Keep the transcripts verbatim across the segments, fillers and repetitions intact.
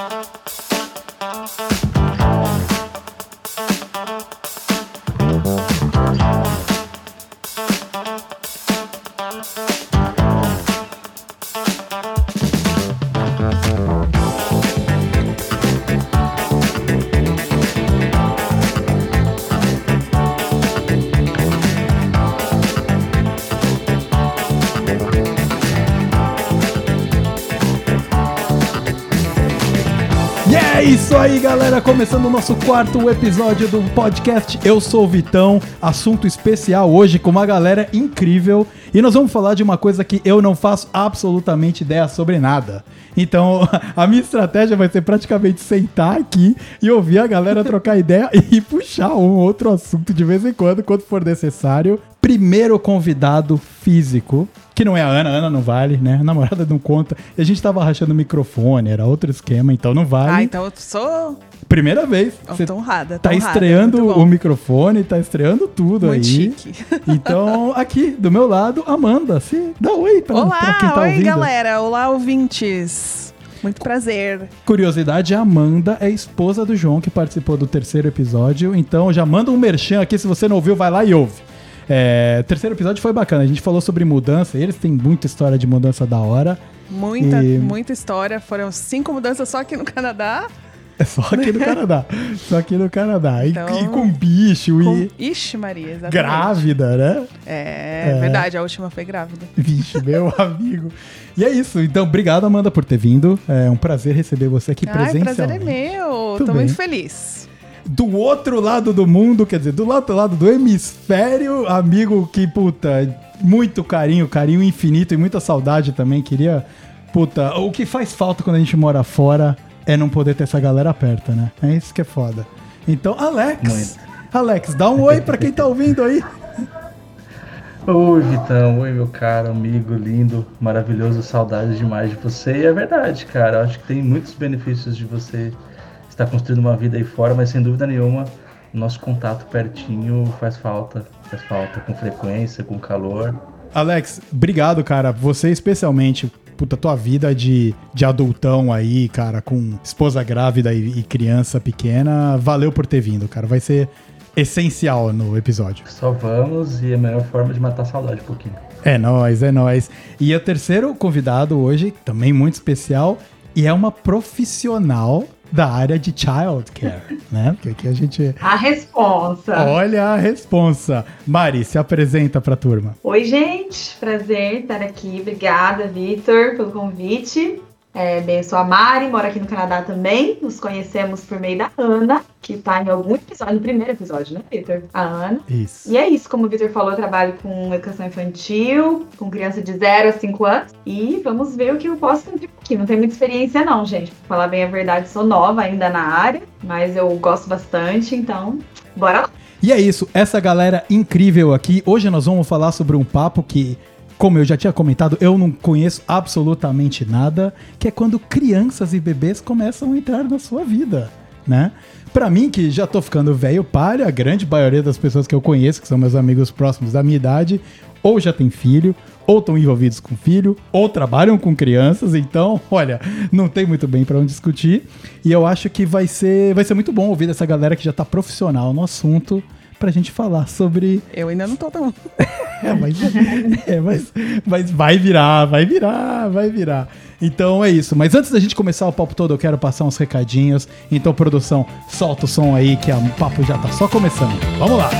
É isso aí, galera, começando o nosso quarto episódio do podcast. Eu sou o Vitão, assunto especial hoje com uma galera incrível e nós vamos falar de uma coisa que eu não faço absolutamente ideia sobre nada. Então, a minha estratégia vai ser praticamente sentar aqui e ouvir a galera trocar ideia e puxar um outro assunto de vez em quando, quando for necessário. Primeiro convidado físico, que não é a Ana, a Ana não vale, né? A namorada não conta. E a gente tava rachando o microfone, era outro esquema, então não vale. Ah, então eu sou... Primeira vez. Eu Você tô honrada, tô tá honrada, estreando é muito bom. o microfone, tá estreando tudo Muito aí. chique. Então, aqui, do meu lado, Amanda. Se dá oi pra, Olá, pra quem tá oi ouvindo. galera, olá ouvintes. Muito prazer. Curiosidade, a Amanda é esposa do João, que participou do terceiro episódio. Então, já manda um merchan aqui, se você não ouviu, vai lá e ouve. É, o terceiro episódio foi bacana, a gente falou sobre mudança, eles têm muita história de mudança da hora. Muita, E- muita história. Foram cinco mudanças só aqui no Canadá. É só aqui no Canadá, só aqui no Canadá. E- Então- e, com bicho Com... e Ixi, Maria, exatamente. grávida, né? É, É. verdade, a última foi grávida. Vixe, meu amigo. E é isso, então obrigado, Amanda, por ter vindo. É um prazer receber você aqui Ai, o prazer presencialmente. é meu. Tudo Tô bem. muito feliz. Do outro lado do mundo, quer dizer, do outro lado do hemisfério, amigo que, puta, muito carinho, carinho infinito e muita saudade também. Queria, puta, o que faz falta quando a gente mora fora é não poder ter essa galera perto, né? É isso que é foda. Então, Alex, Muito. Alex, dá um oi pra quem tá ouvindo aí. Oi, Vitão. Oi, meu caro amigo lindo, maravilhoso. Saudades demais de você. E é verdade, cara. Eu acho que tem muitos benefícios de você estar construindo uma vida aí fora, mas sem dúvida nenhuma, o nosso contato pertinho faz falta. Faz falta com frequência, com calor. Alex, obrigado, cara. Você especialmente, puta, tua vida de, de adultão aí, cara, com esposa grávida e, e criança pequena, valeu por ter vindo, cara. Vai ser essencial no episódio. Só vamos e é a melhor forma de matar a saudade um pouquinho. É nóis, é nóis. E o terceiro convidado hoje, também muito especial, e é uma profissional da área de childcare, né? Porque aqui a gente... A responsa. Olha a responsa. Mari, se apresenta pra turma. Oi, gente. Prazer estar aqui. Obrigada, Vitor, pelo convite. É, bem, eu sou a Mari, moro aqui no Canadá também. Nos conhecemos por meio da Ana, que tá em algum episódio, no primeiro episódio, né, Vitor? A Ana. Isso. E é isso, como o Vitor falou, eu trabalho com educação infantil, com criança de zero a cinco anos. E vamos ver o que eu posso contribuir aqui. Não tenho muita experiência não, gente. Pra falar bem a verdade, sou nova ainda na área, mas eu gosto bastante, então bora lá. E é isso, essa galera incrível aqui. Hoje nós vamos falar sobre um papo que, como eu já tinha comentado, eu não conheço absolutamente nada, que é quando crianças e bebês começam a entrar na sua vida, né? Pra mim, que já tô ficando velho, palha, a grande maioria das pessoas que eu conheço, que são meus amigos próximos da minha idade, ou já tem filho, ou estão envolvidos com filho, ou trabalham com crianças, então, olha, não tem muito bem pra onde discutir. E eu acho que vai ser, vai ser muito bom ouvir dessa galera que já tá profissional no assunto, pra gente falar sobre... Eu ainda não tô tão... É, mas, é, mas, mas vai virar, vai virar, vai virar. Então é isso. Mas antes da gente começar o papo todo, eu quero passar uns recadinhos. Então, produção, solta o som aí que o papo já tá só começando. Vamos lá!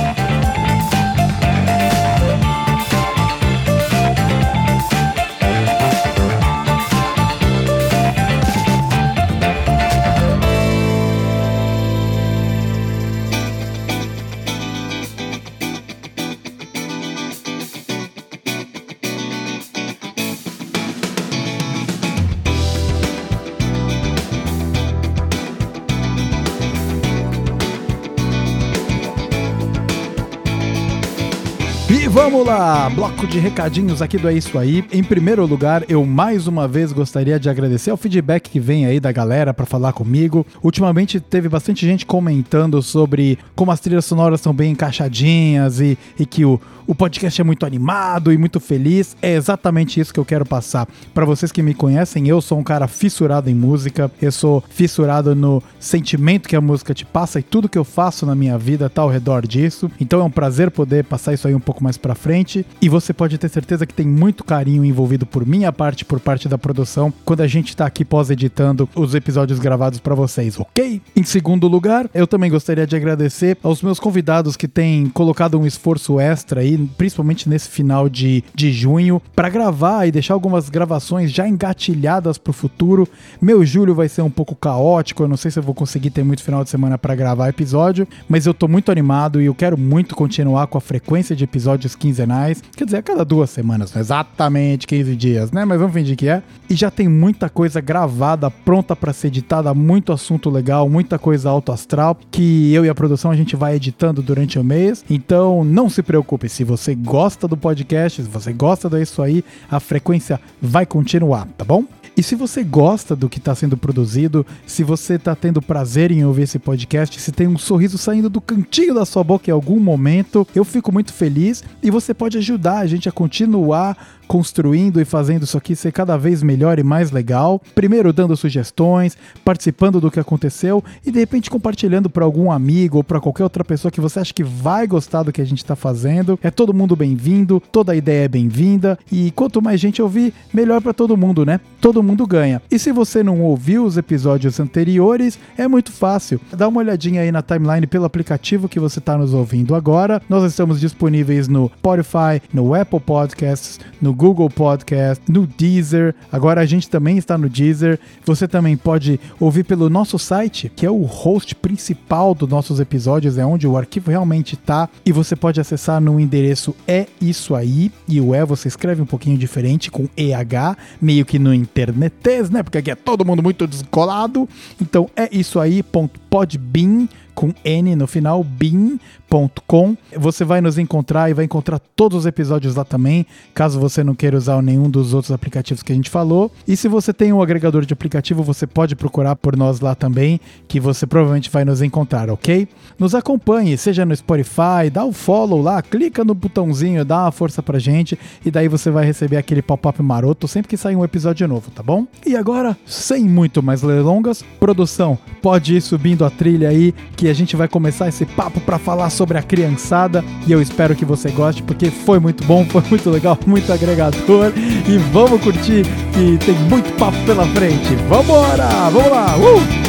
vamos lá! Bloco de recadinhos aqui do É Isso Aí. Em primeiro lugar, eu mais uma vez gostaria de agradecer ao feedback que vem aí da galera pra falar comigo. Ultimamente teve bastante gente comentando sobre como as trilhas sonoras estão bem encaixadinhas e, e que o, o podcast é muito animado e muito feliz. É exatamente isso que eu quero passar. Pra vocês que me conhecem, eu sou um cara fissurado em música, eu sou fissurado no sentimento que a música te passa e tudo que eu faço na minha vida tá ao redor disso. Então é um prazer poder passar isso aí um pouco mais pra frente, e você pode ter certeza que tem muito carinho envolvido por minha parte, por parte da produção, quando a gente tá aqui pós-editando os episódios gravados pra vocês, ok? Em segundo lugar, eu também gostaria de agradecer aos meus convidados que têm colocado um esforço extra aí, principalmente nesse final de, de junho, pra gravar e deixar algumas gravações já engatilhadas pro futuro. Meu julho vai ser um pouco caótico, eu não sei se eu vou conseguir ter muito final de semana pra gravar episódio, mas eu tô muito animado e eu quero muito continuar com a frequência de episódios quinzenais, quer dizer, a cada duas semanas, não exatamente quinze dias, né? Mas vamos fingir que é. E já tem muita coisa gravada, pronta pra ser editada, muito assunto legal, muita coisa alto astral, que eu e a produção a gente vai editando durante o mês. Então não se preocupe, se você gosta do podcast, se você gosta disso aí, a frequência vai continuar, tá bom? E se você gosta do que está sendo produzido, se você está tendo prazer em ouvir esse podcast, se tem um sorriso saindo do cantinho da sua boca em algum momento, eu fico muito feliz e você pode ajudar a gente a continuar construindo e fazendo isso aqui ser cada vez melhor e mais legal. Primeiro dando sugestões, participando do que aconteceu e de repente compartilhando para algum amigo ou para qualquer outra pessoa que você acha que vai gostar do que a gente está fazendo. É todo mundo bem-vindo, toda ideia é bem-vinda e quanto mais gente ouvir, melhor para todo mundo, né? Todo mundo ganha. E se você não ouviu os episódios anteriores, é muito fácil. Dá uma olhadinha aí na timeline pelo aplicativo que você está nos ouvindo agora. Nós estamos disponíveis no Spotify, no Apple Podcasts, no Google Podcast, no Deezer. Agora a gente também está no Deezer. Você também pode ouvir pelo nosso site, que é o host principal dos nossos episódios, é onde o arquivo realmente está. E você pode acessar no endereço É Isso Aí. E o É você escreve um pouquinho diferente, com E H, meio que no internetês, né? Porque aqui é todo mundo muito descolado. Então é isso aí ponto podbean com N no final, bean ponto com. Você vai nos encontrar e vai encontrar todos os episódios lá também, caso você não queira usar nenhum dos outros aplicativos que a gente falou. E se você tem um agregador de aplicativo, você pode procurar por nós lá também, que você provavelmente vai nos encontrar, ok? Nos acompanhe, seja no Spotify, dá o follow lá, clica no botãozinho, dá uma força pra gente, e daí você vai receber aquele pop-up maroto sempre que sair um episódio novo, tá bom? E agora, sem muito mais delongas, produção, pode ir subindo a trilha aí, que a gente vai começar esse papo pra falar sobre a criançada, e eu espero que você goste, porque foi muito bom, foi muito legal, muito agregador, e vamos curtir, que tem muito papo pela frente. Vambora! Vamos lá! Uh!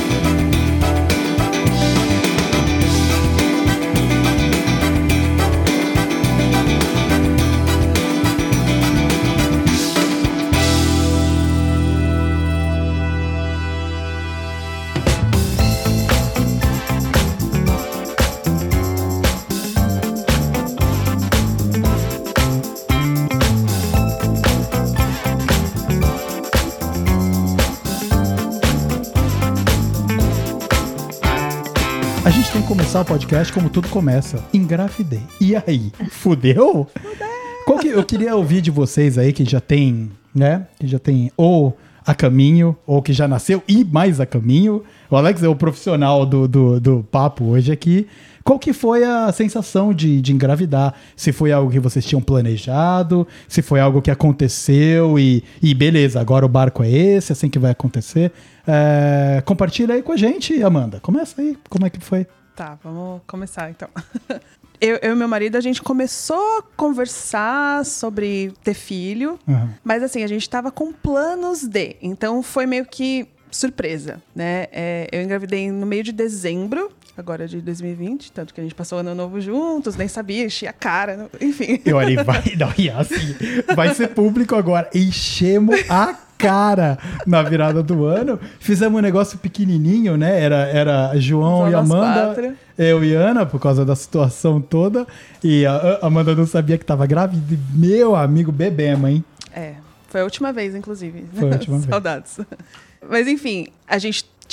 A gente tem que começar o podcast como tudo começa. Engravidei. E aí? Fudeu? Qual que, eu queria ouvir de vocês aí que já tem, né? Que já tem ou a caminho, ou que já nasceu e mais a caminho. O Alex é o profissional do, do, do papo hoje aqui. Qual que foi a sensação de, de engravidar? Se foi algo que vocês tinham planejado, se foi algo que aconteceu e, e beleza, agora o barco é esse, assim que vai acontecer. É, compartilha aí com a gente, Amanda. Começa aí, como é que foi? Tá, vamos começar então. Eu, eu e meu marido, a gente começou a conversar sobre ter filho, uhum. Mas assim, a gente tava com planos de, então foi meio que surpresa, né? É, eu engravidei no meio de dezembro, agora de dois mil e vinte, tanto que a gente passou o ano novo juntos, nem sabia, enchi a cara, não, enfim. Eu ali, vai, não, e assim, vai ser público agora, enchemos a cara na virada do ano, fizemos um negócio pequenininho, né, era, era João Só e Amanda, quatro. Eu e Ana, por causa da situação toda, e a, a Amanda não sabia que tava grávida, meu amigo, bebemos, hein? É, foi a última vez, inclusive. Foi a última vez. Saudades. Mas enfim, a gente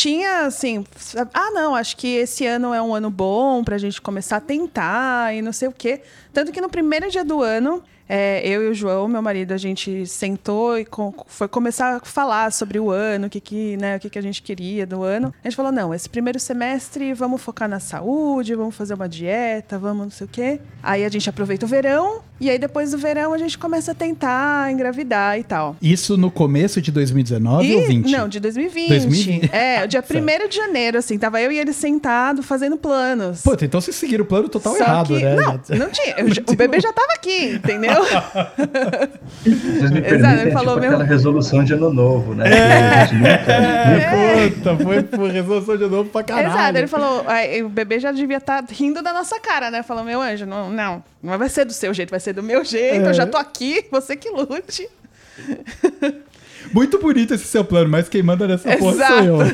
tinha, assim... Ah, não, acho que esse ano é um ano bom pra gente começar a tentar e não sei o quê. Tanto que no primeiro dia do ano... É, eu e o João, meu marido, a gente sentou e com, foi começar a falar sobre o ano, o que, que, né, o que, que a gente queria do ano. A gente falou, não, esse primeiro semestre vamos focar na saúde, vamos fazer uma dieta, vamos não sei o quê. Aí a gente aproveita o verão, e aí depois do verão a gente começa a tentar engravidar e tal. Isso no começo de dois mil e dezenove e, ou vinte? Não, de dois mil e vinte. dois mil e vinte. É, o dia primeiro de janeiro, assim, tava eu e ele sentado fazendo planos. Pô, então vocês seguiram o plano total Só errado, que, né? Não, não tinha. Eu, o bebê já tava aqui, entendeu? Vocês me Exato, permitem, ele é falou tipo mesmo. aquela resolução de ano novo, né? É. Que a gente nunca, É. Puta, foi por resolução de novo pra caralho. Exato, ele falou, aí, o bebê já devia estar rindo da nossa cara, né? Falou, meu anjo, não, não, não vai ser do seu jeito, vai ser do meu jeito, É. eu já tô aqui, você que lute. Muito bonito esse seu plano, mas quem manda nessa porra Exato. sou eu, né?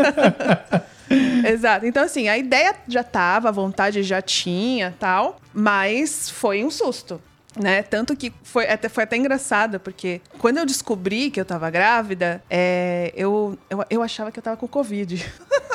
Exato, então assim, a ideia já tava, a vontade já tinha, tal, mas foi um susto. Né? Tanto que foi até, foi até engraçado, porque quando eu descobri que eu tava grávida, é, eu, eu, eu achava que eu tava com Covid.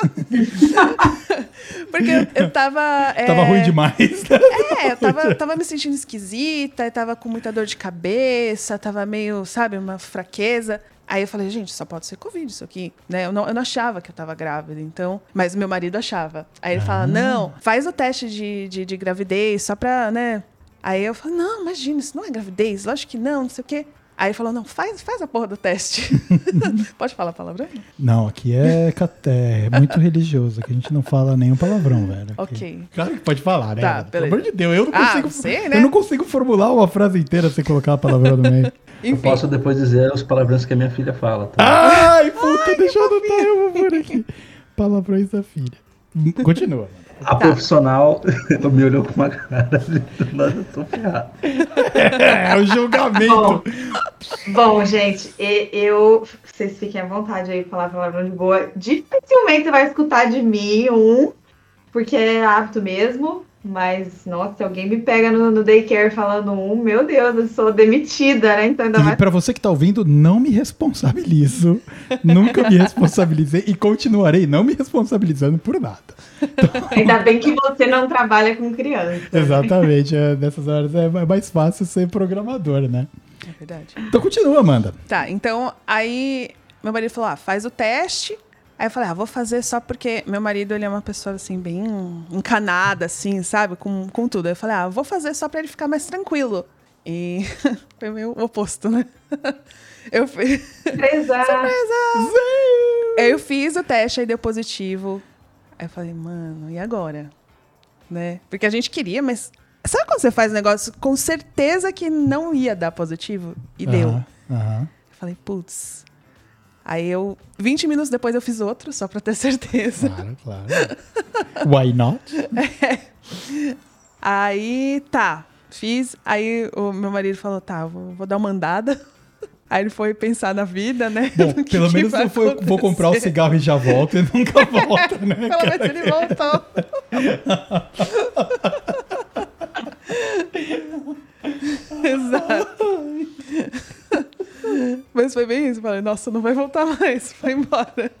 Porque eu, eu tava... É, Tava ruim demais. É, eu tava, tava me sentindo esquisita, eu tava com muita dor de cabeça, tava meio, sabe, uma fraqueza. Aí eu falei, gente, só pode ser Covid isso aqui, né? Eu não, eu não achava que eu tava grávida, então... Mas meu marido achava. Aí ele Ah. fala, não, faz o teste de, de, de gravidez só pra, né... Aí eu falei, não, imagina, isso não é gravidez, lógico que não, não sei o quê. Aí ele falou, não, faz, faz a porra do teste. Pode falar palavrão? Não, aqui é, caté, é muito religioso, aqui a gente não fala nenhum palavrão, velho. Aqui. Ok. Claro que pode falar, né? Tá, Pelo beleza. amor de Deus, eu não Ah, consigo, você, né? eu não consigo formular uma frase inteira sem colocar a palavrão no meio. Eu Enfim. posso depois dizer os palavrões que a minha filha fala. Tá? Ai, puta, deixa eu anotar, eu vou por aqui. Palavrões da filha. Continua, mano. A Tá. profissional me olhou com uma cara de nós eu tô ferrado. É, o julgamento. Bom, bom, gente, e- eu. Vocês fiquem à vontade aí, falar palavrão de boa. Dificilmente você vai escutar de mim um, porque é hábito mesmo. Mas, nossa, se alguém me pega no, no daycare falando um, meu Deus, eu sou demitida, né? Então ainda E mais. pra você que tá ouvindo, não me responsabilizo. Nunca me responsabilizei e continuarei não me responsabilizando por nada. Ainda bem que você não trabalha com criança. Exatamente. É, nessas horas é mais fácil ser programador, né? É verdade. Então continua, Amanda. Tá, então aí meu marido falou, ah, faz o teste. Aí eu falei, ah, vou fazer só porque meu marido, ele é uma pessoa, assim, bem encanada, assim, sabe? Com, com tudo. Aí eu falei, ah, vou fazer só pra ele ficar mais tranquilo. E foi meio oposto, né? Eu fiz... Surpresa! Aí eu fiz o teste, aí deu positivo. Aí eu falei, mano, e agora? Né? Porque a gente queria, mas... Sabe quando você faz um negócio com certeza que não ia dar positivo? E deu. Aham, aham. Eu falei, putz... Aí eu, vinte minutos depois eu fiz outro, só pra ter certeza. Claro, claro. Why not? Aí, tá, fiz. Aí o meu marido falou, tá, vou, vou dar uma andada. Aí ele foi pensar na vida, né? Bom, do que pelo que menos vai eu vou, vou comprar o acontecer. cigarro e já volto e nunca volta, né? Pelo cara? menos ele voltou. Exato. Mas foi bem isso. Falei, nossa, não vai voltar mais. Foi embora.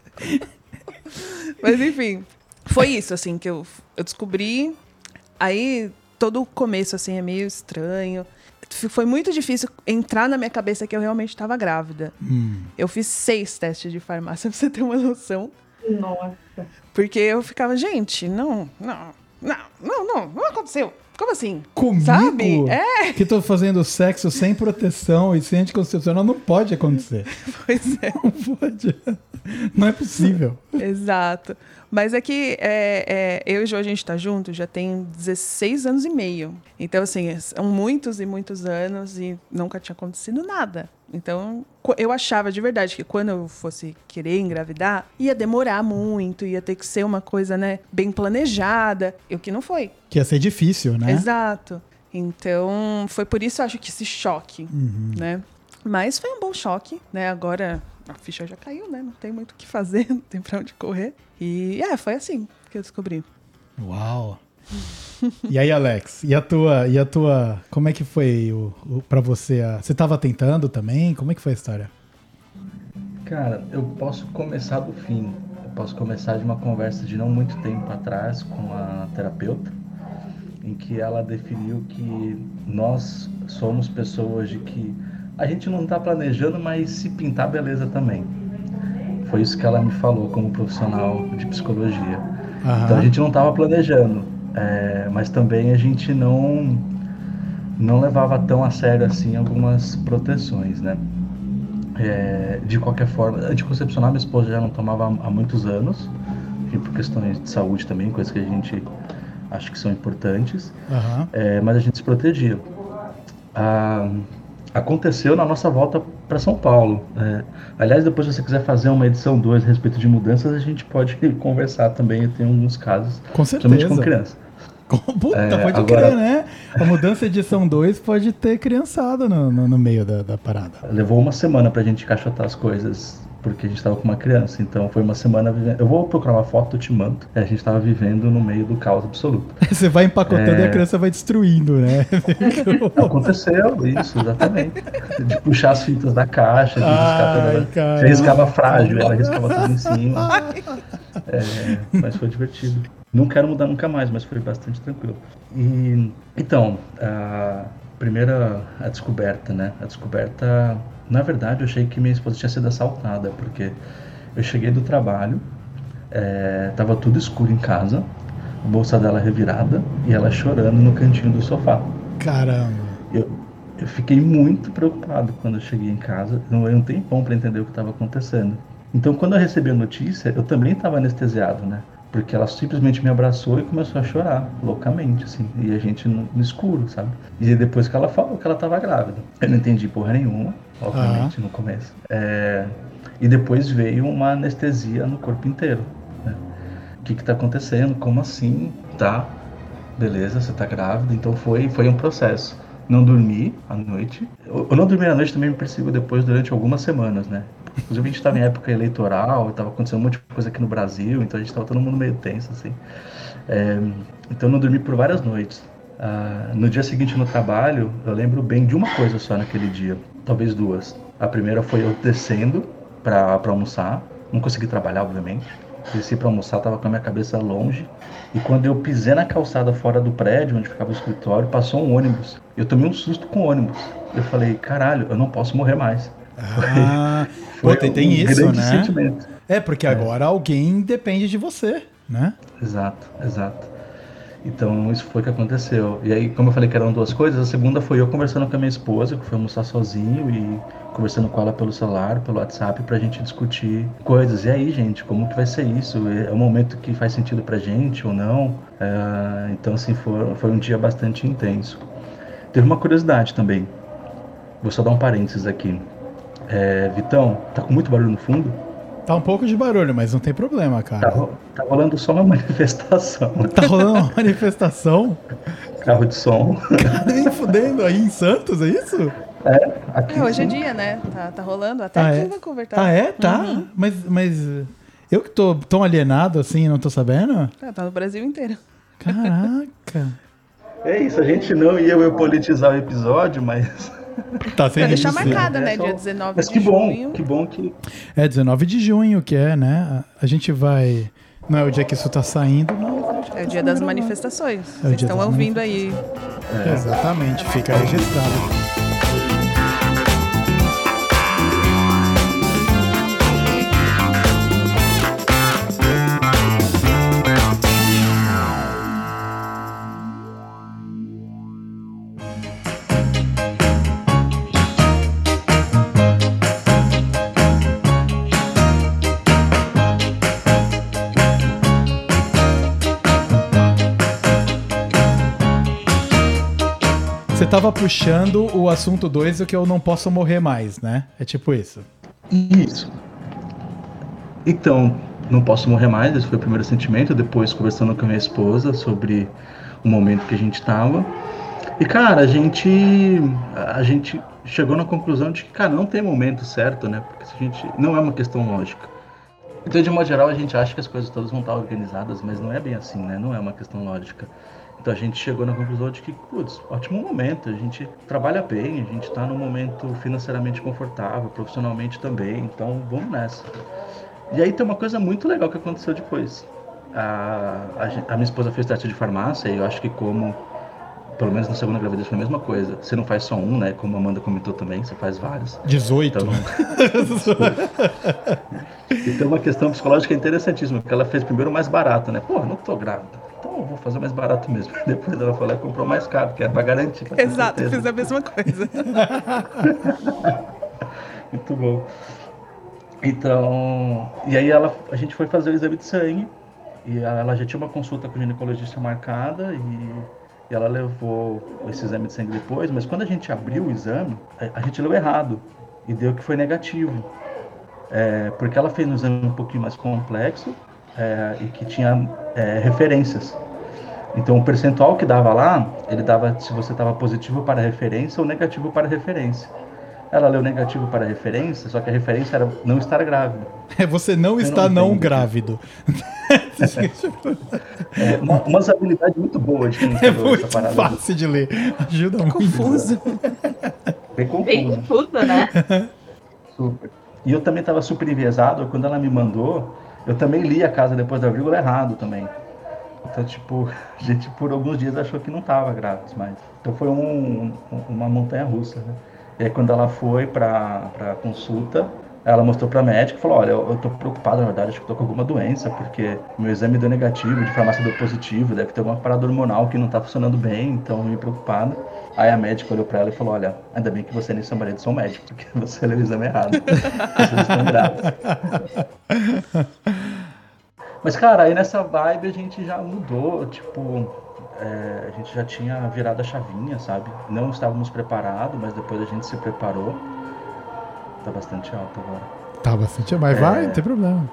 Mas enfim, foi isso, assim, que eu, eu descobri. Aí, todo o começo, assim, é meio estranho. Foi muito difícil entrar na minha cabeça que eu realmente estava grávida. Hum. Eu fiz seis testes de farmácia, pra você ter uma noção. Nossa. Porque eu ficava, gente, não, não, não, não, não, não aconteceu. Como assim? Comigo? Sabe? É. Que tô fazendo sexo sem proteção e sem anticoncepcional, não pode acontecer. Pois é. Não pode. Não é possível. Exato. Mas é que é, é, eu e o João, a gente tá junto já tem dezesseis anos e meio. Então, assim, são muitos e muitos anos e nunca tinha acontecido nada. Então, co- eu achava de verdade que quando eu fosse querer engravidar, ia demorar muito, ia ter que ser uma coisa, né, bem planejada. E o que não foi. Que ia ser difícil, né? Exato. Então, foi por isso, eu acho que esse choque, Uhum. né? Mas foi um bom choque, né? Agora a ficha já caiu, né? Não tem muito o que fazer, não tem pra onde correr. E é, foi assim que eu descobri. Uau. E aí, Alex, e a tua, e a tua, como é que foi o, o, pra você? A, você tava tentando também? Como é que foi a história? Cara, eu posso começar do fim. posso começar de uma conversa de não muito tempo atrás com a terapeuta, em que ela definiu que nós somos pessoas de que a gente não está planejando, mas se pintar, beleza também. Foi isso que ela me falou como profissional de psicologia. Uhum. Então a gente não estava planejando, é, mas também a gente não, não levava tão a sério assim algumas proteções, né? É, de qualquer forma, anticoncepcional minha esposa já não tomava há muitos anos, enfim, por questões de saúde também, coisas que a gente acha que são importantes, uhum. é, mas a gente se protegia. Ah, aconteceu na nossa volta para São Paulo. É, aliás, depois se você quiser fazer uma edição dois a respeito de mudanças, a gente pode conversar também. Eu tenho alguns casos, com certeza, com criança. Puta, é, pode agora... crer, né? A mudança edição dois pode ter criançada no, no, no meio da, da parada. Levou uma semana pra gente encaixotar as coisas, porque a gente tava com uma criança, então foi uma semana vivendo. Eu vou procurar uma foto, eu te mando. A gente tava vivendo no meio do caos absoluto. Você vai empacotando é... e a criança vai destruindo, né? Aconteceu isso, exatamente. De puxar as fitas da caixa, de riscar toda. Cara. Você riscava frágil, ela riscava tudo em cima. É, mas foi divertido. Não quero mudar nunca mais, mas foi bastante tranquilo. E, então, a primeira a descoberta, né? A descoberta, na verdade, eu achei que minha esposa tinha sido assaltada, porque eu cheguei do trabalho, é, tava tudo escuro em casa, a bolsa dela revirada e ela chorando no cantinho do sofá. Caramba! Eu, eu fiquei muito preocupado quando eu cheguei em casa, não eu não tenho tempão para entender o que estava acontecendo. Então, quando eu recebi a notícia, eu também estava anestesiado, né? Porque ela simplesmente me abraçou e começou a chorar, loucamente, assim. E a gente no, no escuro, sabe? E depois que ela falou que ela estava grávida. Eu não entendi porra nenhuma, obviamente, uhum. no começo. É... E depois veio uma anestesia no corpo inteiro, né? O que que tá acontecendo? Como assim? Tá, beleza, você tá grávida. Então foi, foi um processo. Não dormi à noite. Eu, eu não dormi à noite também me persigo depois durante algumas semanas, né? Inclusive a gente estava em época eleitoral, estava acontecendo um monte de coisa aqui no Brasil, então a gente estava todo mundo meio tenso, assim. É, então eu não dormi por várias noites. Ah, no dia seguinte no trabalho, eu lembro bem de uma coisa só naquele dia, talvez duas. A primeira foi eu descendo para almoçar, não consegui trabalhar, obviamente. Desci para almoçar, estava com a minha cabeça longe. E quando eu pisei na calçada fora do prédio, onde ficava o escritório, passou um ônibus. Eu tomei um susto com o ônibus. Eu falei, caralho, eu não posso morrer mais. Ah, foi, foi pô, tem um isso, né? Sentimento. É, porque agora é. alguém depende de você, né? Exato, exato. Então, isso foi o que aconteceu. E aí, como eu falei que eram duas coisas, a segunda foi eu conversando com a minha esposa, que foi almoçar sozinho e conversando com ela pelo celular, pelo WhatsApp, pra gente discutir coisas. E aí, gente, como que vai ser isso? É um momento que faz sentido pra gente ou não? É, então, assim, foi, foi um dia bastante intenso. Teve uma curiosidade também. Vou só dar um parênteses aqui. É, Vitão, tá com muito barulho no fundo? Tá um pouco de barulho, mas não tem problema, cara. Tá, tá rolando só uma manifestação. Tá rolando uma manifestação? Carro de som. Cara, nem fudendo aí em Santos, é isso? É, aqui. É, hoje é dia, né? Tá, tá rolando, até ah, aqui é? vai converter. Ah, é? Tá? Uhum. Mas, mas eu que tô tão alienado assim, não tô sabendo? É, tá no Brasil inteiro. Caraca. É isso, a gente não ia eu politizar o episódio, mas... Tá sem deixar marcada, né? É só... Dia dezenove Mas de que bom, junho. que bom que... É, dezenove de junho que é, né? A gente vai... Não é o dia que isso tá saindo, não. É o dia das manifestações. É Vocês estão ouvindo aí. É. Exatamente, fica registrado. Você tava puxando o assunto dois, o que eu não posso morrer mais, né? É tipo isso. Isso. Então, não posso morrer mais, esse foi o primeiro sentimento. Depois, conversando com a minha esposa sobre o momento que a gente tava. E, cara, a gente, a gente chegou na conclusão de que, cara, não tem momento certo, né? Porque se a gente, não é uma questão lógica. Então, de modo geral, a gente acha que as coisas todas vão estar organizadas, mas não é bem assim, né? Não é uma questão lógica. Então a gente chegou na conclusão de que, putz, ótimo momento, a gente trabalha bem, a gente está num momento financeiramente confortável, profissionalmente também, então vamos nessa. E aí tem uma coisa muito legal que aconteceu depois. A, a, a minha esposa fez teste de farmácia e eu acho que como, pelo menos na segunda gravidez foi a mesma coisa. Você não faz só um, né? Como a Amanda comentou também, você faz vários. dezoito. Então, e tem uma questão psicológica interessantíssima, porque ela fez primeiro o mais barato, né? Pô, não tô grávida, então eu vou fazer o mais barato mesmo. Depois ela falou e comprou mais caro, que era pra garantir. Pra Exato, eu fiz a mesma coisa. Muito bom. Então, e aí ela, a gente foi fazer o exame de sangue, e ela já tinha uma consulta com o ginecologista marcada, e, e ela levou esse exame de sangue depois, mas quando a gente abriu o exame, a, a gente leu errado, e deu que foi negativo. É, porque ela fez um exame um pouquinho mais complexo, é, e que tinha é, referências. Então o percentual que dava lá, ele dava se você estava positivo para referência ou negativo para referência. Ela leu negativo para referência, só que a referência era não estar grávida. É, você não Eu está não não entendo. grávido. É uma, uma usabilidade muito boa de quem É escreveu muito essa parada. fácil de ler. Ajuda muito. Confuso. Bem confuso. Bem confusa, né? Super. E eu também estava super enviesado, quando ela me mandou, eu também li a casa depois da vírgula errado também. Então, tipo, a gente por alguns dias achou que não estava grávida mais. Então foi um, um, uma montanha russa, né? E aí quando ela foi para a consulta, ela mostrou para a médica e falou, olha, eu, eu tô preocupado, na verdade, acho que eu tô com alguma doença, porque meu exame deu negativo, de farmácia deu positivo, deve ter alguma parada hormonal que não tá funcionando bem, então eu me preocupado. Aí a médica olhou para ela e falou, olha, ainda bem que você nem seu marido são médicos, porque você leu o exame errado. Vocês estão grávidos. Mas, cara, aí nessa vibe a gente já mudou, tipo, é, a gente já tinha virado a chavinha, sabe? Não estávamos preparados, mas depois a gente se preparou. Tá bastante alto agora. Tá bastante, mas vai, não tem problema.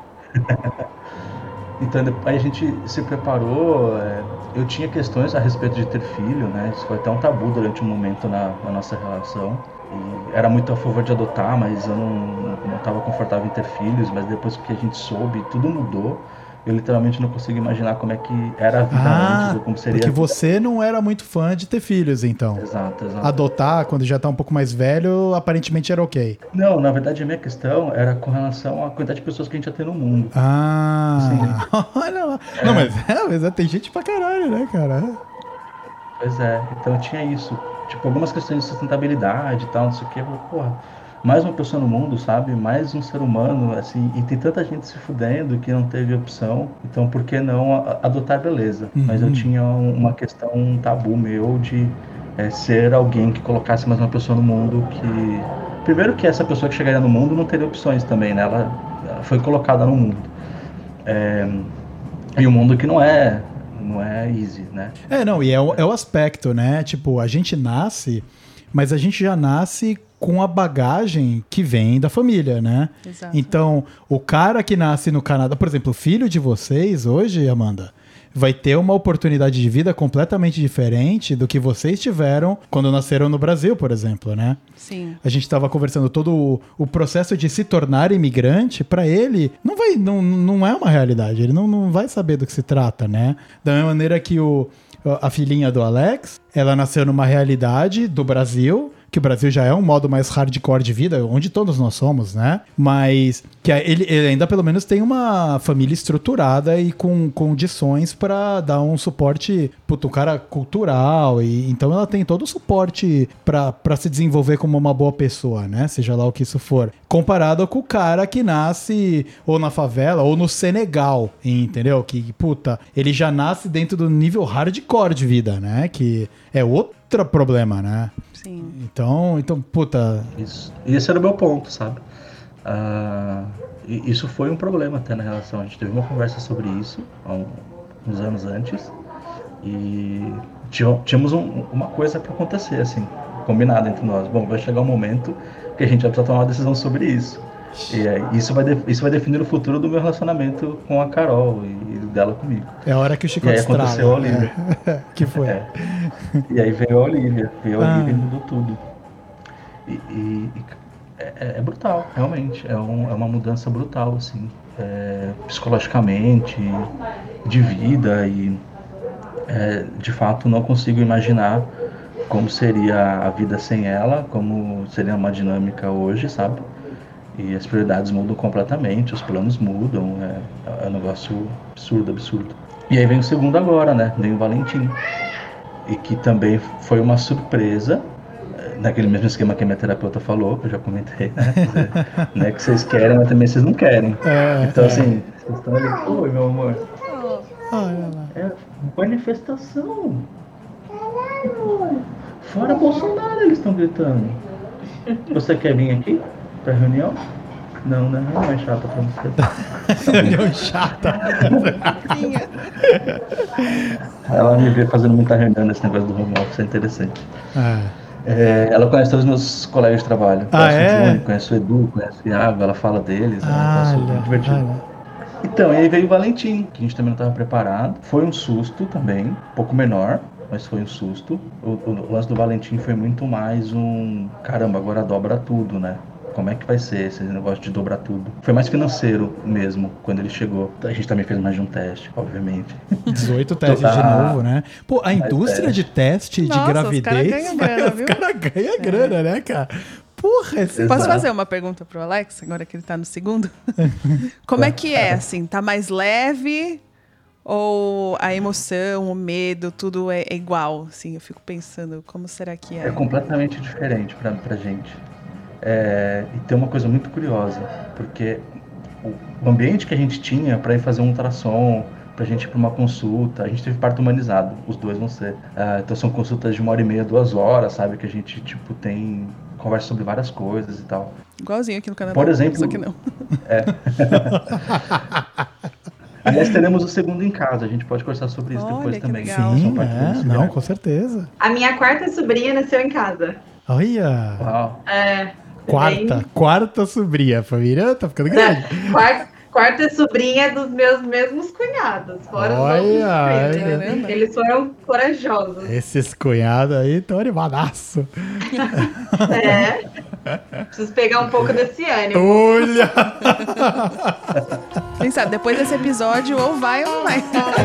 Então, aí a gente se preparou, é, eu tinha questões a respeito de ter filho, né? Isso foi até um tabu durante um momento na, na nossa relação. E era muito a favor de adotar, mas eu não estava confortável em ter filhos, mas depois que a gente soube, tudo mudou. Eu literalmente não consigo imaginar como é que era a vida Ah, antes ou como seria. porque a vida. você não era muito fã de ter filhos, então. Exato, exato. Adotar, quando já tá um pouco mais velho, aparentemente era ok. Não, na verdade a minha questão era com relação à quantidade de pessoas que a gente ia ter no mundo. Ah, olha lá. É. Não, mas, é, mas é, tem gente pra caralho, né, cara? Pois é, então tinha isso. Tipo, algumas questões de sustentabilidade e tal, não sei o que. Eu falei, porra, mais uma pessoa no mundo, sabe? Mais um ser humano, assim, e tem tanta gente se fudendo que não teve opção. Então, por que não a- adotar beleza? Uhum. Mas eu tinha um- uma questão, um tabu meu de é, ser alguém que colocasse mais uma pessoa no mundo que... Primeiro que essa pessoa que chegaria no mundo não teria opções também, né? Ela, ela foi colocada no mundo. É, e um mundo que não é, não é easy, né? É, não, e é o, é o aspecto, né? Tipo, a gente nasce, mas a gente já nasce com a bagagem que vem da família, né? Exato. Então, o cara que nasce no Canadá, por exemplo, o filho de vocês hoje, Amanda, vai ter uma oportunidade de vida completamente diferente do que vocês tiveram quando nasceram no Brasil, por exemplo, né? Sim. A gente estava conversando todo o, o processo de se tornar imigrante, para ele, não vai, não, não é uma realidade. Ele não, não vai saber do que se trata, né? Da mesma maneira que o, a filhinha do Alex, ela nasceu numa realidade do Brasil, que o Brasil já é um modo mais hardcore de vida, onde todos nós somos, né? Mas que ele, ele ainda pelo menos tem uma família estruturada e com condições para dar um suporte, puto, um cara cultural, e então ela tem todo o suporte para se desenvolver como uma boa pessoa, né? Seja lá o que isso for. Comparado com o cara que nasce ou na favela ou no Senegal, entendeu? Que, puta, ele já nasce dentro do nível hardcore de vida, né? Que é outro problema, né? Sim. Então, então, puta... Isso. E esse era o meu ponto, sabe? Ah, e isso foi um problema até na relação. A gente teve uma conversa sobre isso há um, uns anos antes. E tínhamos um, uma coisa para acontecer, assim, combinada entre nós. Bom, vai chegar um momento que a gente vai precisar tomar uma decisão sobre isso. E aí, isso, vai de, isso vai definir o futuro do meu relacionamento com a Carol e dela comigo. É a hora que o Chico E aí estrala, aconteceu a Olivia. né? Que foi? É. E aí veio a Olivia. Veio a Ah. Olivia e mudou tudo. E, e- e é, é brutal, realmente. É, um, é uma mudança brutal, assim. É, psicologicamente, de vida. E é, de fato não consigo imaginar como seria a vida sem ela, como seria uma dinâmica hoje, sabe? E as prioridades mudam completamente, os planos mudam, é, é um negócio absurdo, absurdo. E aí vem o segundo agora, né? Vem o Valentim. E que também foi uma surpresa, naquele mesmo esquema que a minha terapeuta falou, que eu já comentei, né? Não é que vocês querem, mas também vocês não querem. É, então, é. assim, vocês estão ali, oi, meu amor. É manifestação. Fora Bolsonaro, eles estão gritando. Você quer vir aqui pra reunião? Não, né? Não é chata pra você. Reunião chata. Ela me vê fazendo muita reunião nesse negócio do home office, é interessante. Ah. É, ela conhece todos os meus colegas de trabalho. Ah, conhece é? o Johnny, conhece o Edu, conhece o Iago, ela fala deles. Ah, é um muito divertido. olha. Então, e aí veio o Valentim, que a gente também não estava preparado. Foi um susto também, um pouco menor, mas foi um susto. O, o, o lance do Valentim foi muito mais um... Caramba, agora dobra tudo, né? Como é que vai ser esse negócio de dobrar tudo? Foi mais financeiro mesmo, quando ele chegou. A gente também fez mais de um teste, obviamente. dezoito testes de novo, né? Pô, a indústria teste. de teste Nossa, de gravidez... Os caras ganham grana, viu? Os caras ganham é. grana, né, cara? Porra, esse... Posso fazer uma pergunta pro Alex, agora que ele tá no segundo? Como é que é, assim? Tá mais leve... Ou a emoção, o medo, tudo é igual? Assim, eu fico pensando, como será que é? É completamente diferente pra, pra gente. É, e tem uma coisa muito curiosa, porque o ambiente que a gente tinha para ir fazer um ultrassom, pra gente ir para uma consulta, a gente teve parto humanizado, os dois vão ser. Uh, então são consultas de uma hora e meia, duas horas, sabe? Que a gente, tipo, tem conversa sobre várias coisas e tal. Igualzinho aqui no Canadá. Por exemplo... Só que não. É. Aliás, teremos o segundo em casa, a gente pode conversar sobre isso Olha, depois que também. legal. Sim, é, não, com certeza. A minha quarta sobrinha nasceu em casa. Olha! Uau. É... Quarta, bem... quarta sobrinha, a família tá ficando grande. É, quarta, quarta sobrinha dos meus mesmos cunhados, fora olha, os outros olha. primos. Eles foram corajosos. Esses cunhados aí estão animadaço. É, preciso pegar um pouco desse ânimo. Olha! Quem sabe, depois desse episódio, ou vai ou não vai.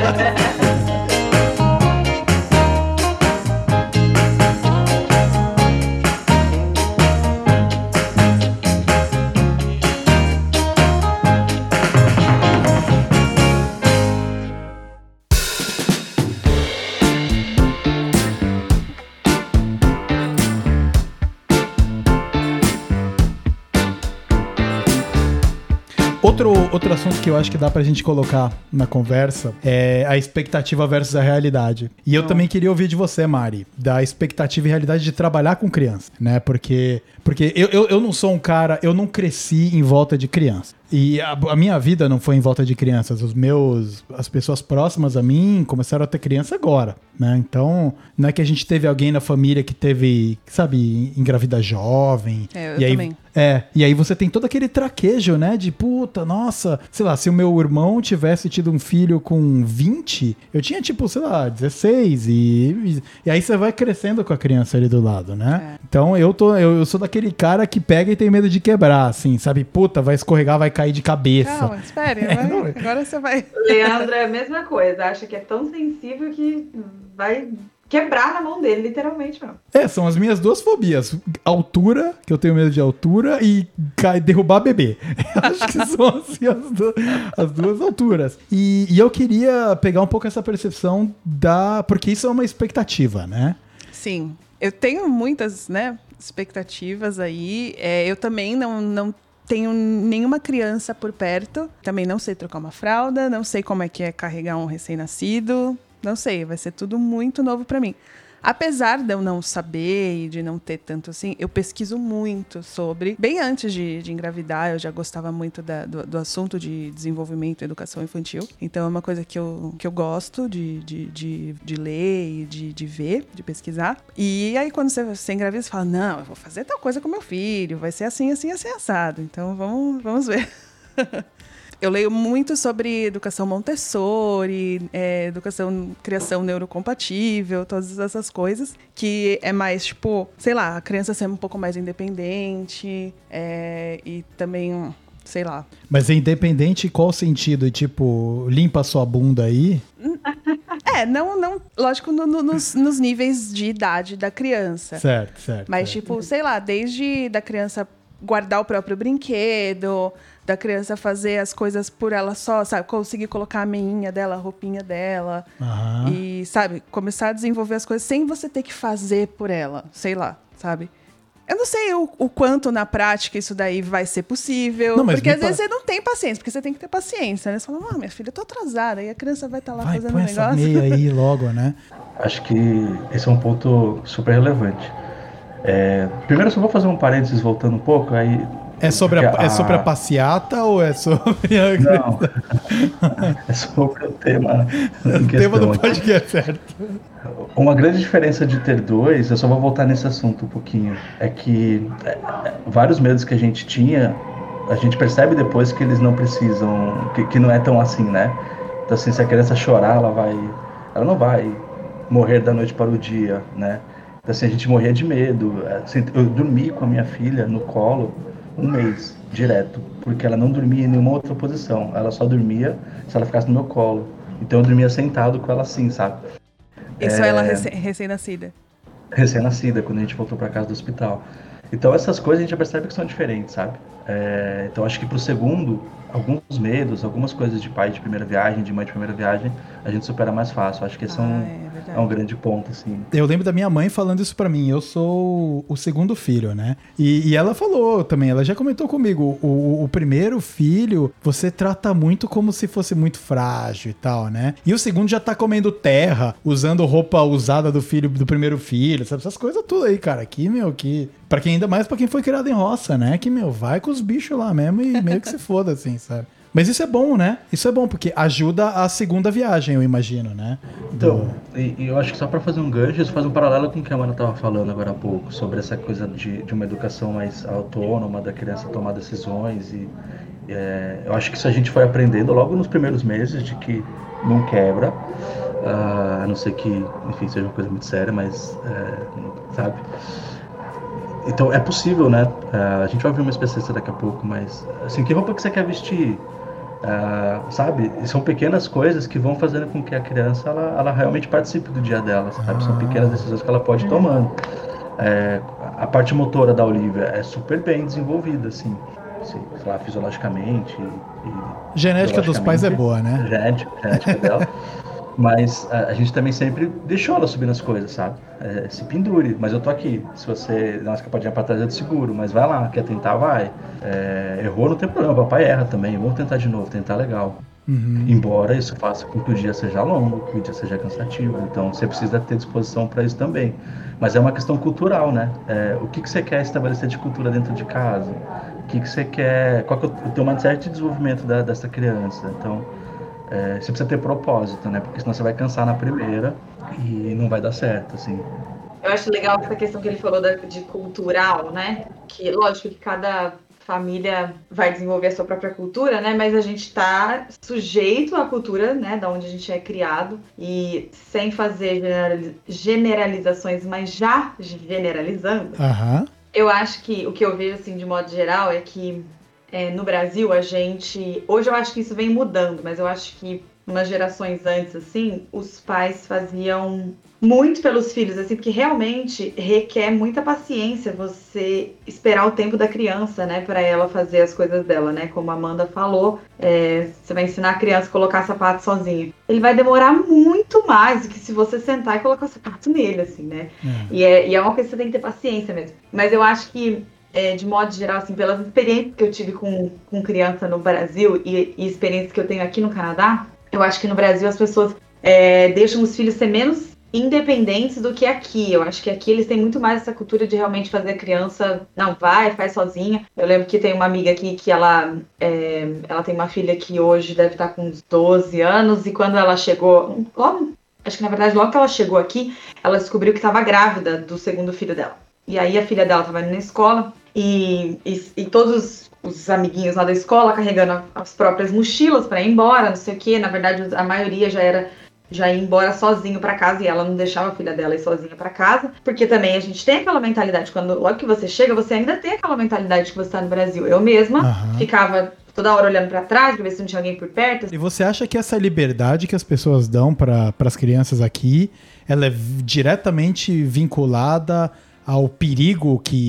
Outro, outro assunto que eu acho que dá pra gente colocar na conversa é a expectativa versus a realidade. E eu oh. também queria ouvir de você, Mari, da expectativa e realidade de trabalhar com criança, né? Porque, porque eu, eu, eu não sou um cara, eu não cresci em volta de criança. E a, a minha vida não foi em volta de crianças. Os meus, as pessoas próximas a mim começaram a ter criança agora, né? Então, não é que a gente teve alguém na família que teve, sabe, engravida jovem. É, eu e aí, também. É, e aí você tem todo aquele traquejo, né? De puta, nossa, sei lá, se o meu irmão tivesse tido um filho com vinte, eu tinha tipo, sei lá, dezesseis. E, e, e aí você vai crescendo com a criança ali do lado, né? É. Então eu, tô, eu, eu sou daquele cara que pega e tem medo de quebrar, assim, sabe? Puta, vai escorregar, vai cair de cabeça. Calma, espere, É, vai, não, agora você vai. Leandro é a mesma coisa, acha que é tão sensível que vai quebrar na mão dele, literalmente mesmo. É, são as minhas duas fobias. Altura, que eu tenho medo de altura, e cai, derrubar bebê. Acho que são assim, as, duas, as duas alturas. E, e eu queria pegar um pouco essa percepção da... Porque isso é uma expectativa, né? Sim. Eu tenho muitas, né, expectativas aí. É, eu também não... não tenho nenhuma criança por perto. Também não sei trocar uma fralda, não sei como é que é carregar um recém-nascido. Não sei, vai ser tudo muito novo pra mim. Apesar de eu não saber e de não ter tanto assim, eu pesquiso muito sobre... Bem antes de, de engravidar, eu já gostava muito da, do, do assunto de desenvolvimento e educação infantil. Então é uma coisa que eu, que eu gosto de, de, de, de ler e de, de ver, de pesquisar. E aí quando você, você engravida, você fala, não, eu vou fazer tal coisa com meu filho, vai ser assim, assim, assim, assado. Então vamos, vamos ver. Eu leio muito sobre educação Montessori, é, educação, criação neurocompatível, todas essas coisas, que é mais, tipo, sei lá, a criança ser um pouco mais independente, é, e também, sei lá. Mas é independente em qual sentido? Tipo, limpa a sua bunda aí? É, não, não lógico, no, no, nos, nos níveis de idade da criança. Certo, certo. Mas, certo. tipo, sei lá, desde da criança guardar o próprio brinquedo, da criança fazer as coisas por ela só, sabe? Conseguir colocar a meinha dela, a roupinha dela. Uhum. E, sabe, começar a desenvolver as coisas sem você ter que fazer por ela, sei lá, sabe? Eu não sei o, o quanto na prática isso daí vai ser possível. Não, mas porque às pa... vezes você não tem paciência, porque você tem que ter paciência, né? Você fala, ah, minha filha, eu tô atrasada. E a criança vai estar tá lá vai, fazendo põe um essa negócio. meia aí logo, né? Acho que esse é um ponto super relevante. É, primeiro, eu só vou fazer um parênteses voltando um pouco. Aí, é, sobre a, a... é sobre a passeata ou é sobre a... Não, é sobre o tema. O tema do podcast, certo. Uma grande diferença de ter dois, eu só vou voltar nesse assunto um pouquinho, é que é, vários medos que a gente tinha, a gente percebe depois que eles não precisam, que, que não é tão assim, né? Então, assim, se a criança chorar, ela vai, ela não vai morrer da noite para o dia, né? Então, assim, a gente morria de medo. Assim, eu dormi com a minha filha no colo um mês, direto, porque ela não dormia em nenhuma outra posição, ela só dormia se ela ficasse no meu colo. Então eu dormia sentado com ela assim, sabe? Isso é... ela recém, recém-nascida? Recém-nascida, quando a gente voltou para casa do hospital. Então essas coisas a gente já percebe que são diferentes, sabe? É, então acho que pro segundo, alguns medos, algumas coisas de pai de primeira viagem, de mãe de primeira viagem, a gente supera mais fácil. Acho que esse ah, é, um, é, é um grande ponto, assim. Eu lembro da minha mãe falando isso pra mim. Eu sou o segundo filho, né? E, e ela falou também, ela já comentou comigo, o, o primeiro filho, você trata muito como se fosse muito frágil e tal, né? E o segundo já tá comendo terra, usando roupa usada do filho do primeiro filho, sabe? Essas coisas tudo aí, cara. Que, meu, que... Pra quem, ainda mais pra quem foi criado em roça, né? Que, meu, vai com os bichos lá mesmo e meio que se foda, assim, sabe? Mas isso é bom, né? Isso é bom, porque ajuda a segunda viagem, eu imagino, né? Do... Então, e, e eu acho que só pra fazer um gancho, isso faz um paralelo com o que a Amanda tava falando agora há pouco, sobre essa coisa de, de uma educação mais autônoma, da criança tomar decisões. E é, eu acho que isso a gente foi aprendendo logo nos primeiros meses, de que não quebra, uh, a não ser que, enfim, seja uma coisa muito séria, mas, é, sabe? Então é possível, né? Uh, a gente vai ver uma especialista daqui a pouco, mas assim, que roupa que você quer vestir? Uh, sabe? São pequenas coisas que vão fazendo com que a criança ela, ela realmente participe do dia dela, sabe? São pequenas decisões que ela pode ir tomando. É, a parte motora da Olivia é super bem desenvolvida, assim, sei lá, fisiologicamente. E, genética dos pais é boa, né? Genética, genética dela. Mas a, a gente também sempre deixou ela subir nas coisas, sabe? É, se pendure, mas eu tô aqui. Se você dá uma escapadinha pra trás, eu te seguro, mas vai lá, quer tentar, vai. É, errou, não tem problema, papai erra também, vamos tentar de novo, tentar legal. Uhum. Embora isso faça com que o dia seja longo, que o dia seja cansativo, então você precisa ter disposição para isso também. Mas é uma questão cultural, né? É, o que, que você quer estabelecer de cultura dentro de casa? O que, que você quer... Qual que é o teu mindset de desenvolvimento da, dessa criança? Então... É, você precisa ter propósito, né? Porque senão você vai cansar na primeira e não vai dar certo, assim. Eu acho legal essa questão que ele falou da, de cultural, né? Que, lógico que cada família vai desenvolver a sua própria cultura, né? Mas a gente tá sujeito à cultura, né? Da onde a gente é criado. E sem fazer generalizações, mas já generalizando, uhum. Eu acho que o que eu vejo, assim, de modo geral, é que É, no Brasil, a gente... Hoje eu acho que isso vem mudando, mas eu acho que umas gerações antes, assim, os pais faziam muito pelos filhos, assim, porque realmente requer muita paciência você esperar o tempo da criança, né, para ela fazer as coisas dela, né? Como a Amanda falou, é, você vai ensinar a criança a colocar sapato sozinho. Ele vai demorar muito mais do que se você sentar e colocar o sapato nele, assim, né? Hum. E, é, e é uma coisa que você tem que ter paciência mesmo. Mas eu acho que É, de modo geral, assim, pelas experiências que eu tive com, com criança no Brasil e, e experiências que eu tenho aqui no Canadá, eu acho que no Brasil as pessoas é, deixam os filhos ser menos independentes do que aqui. Eu acho que aqui eles têm muito mais essa cultura de realmente fazer a criança, não, vai, faz sozinha. Eu lembro que tem uma amiga aqui que ela, é, ela tem uma filha que hoje deve estar com uns doze anos, e quando ela chegou, logo, acho que na verdade logo que ela chegou aqui, ela descobriu que estava grávida do segundo filho dela. E aí a filha dela estava indo na escola, E, e, e todos os amiguinhos lá da escola carregando as próprias mochilas para ir embora, não sei o que. Na verdade, a maioria já era já ia embora sozinho para casa, e ela não deixava a filha dela ir sozinha para casa, porque também a gente tem aquela mentalidade, quando logo que você chega, você ainda tem aquela mentalidade que você tá no Brasil. Eu mesma uhum. ficava toda hora olhando para trás para ver se não tinha alguém por perto. E você acha que essa liberdade que as pessoas dão para as crianças aqui, ela é diretamente vinculada ao perigo que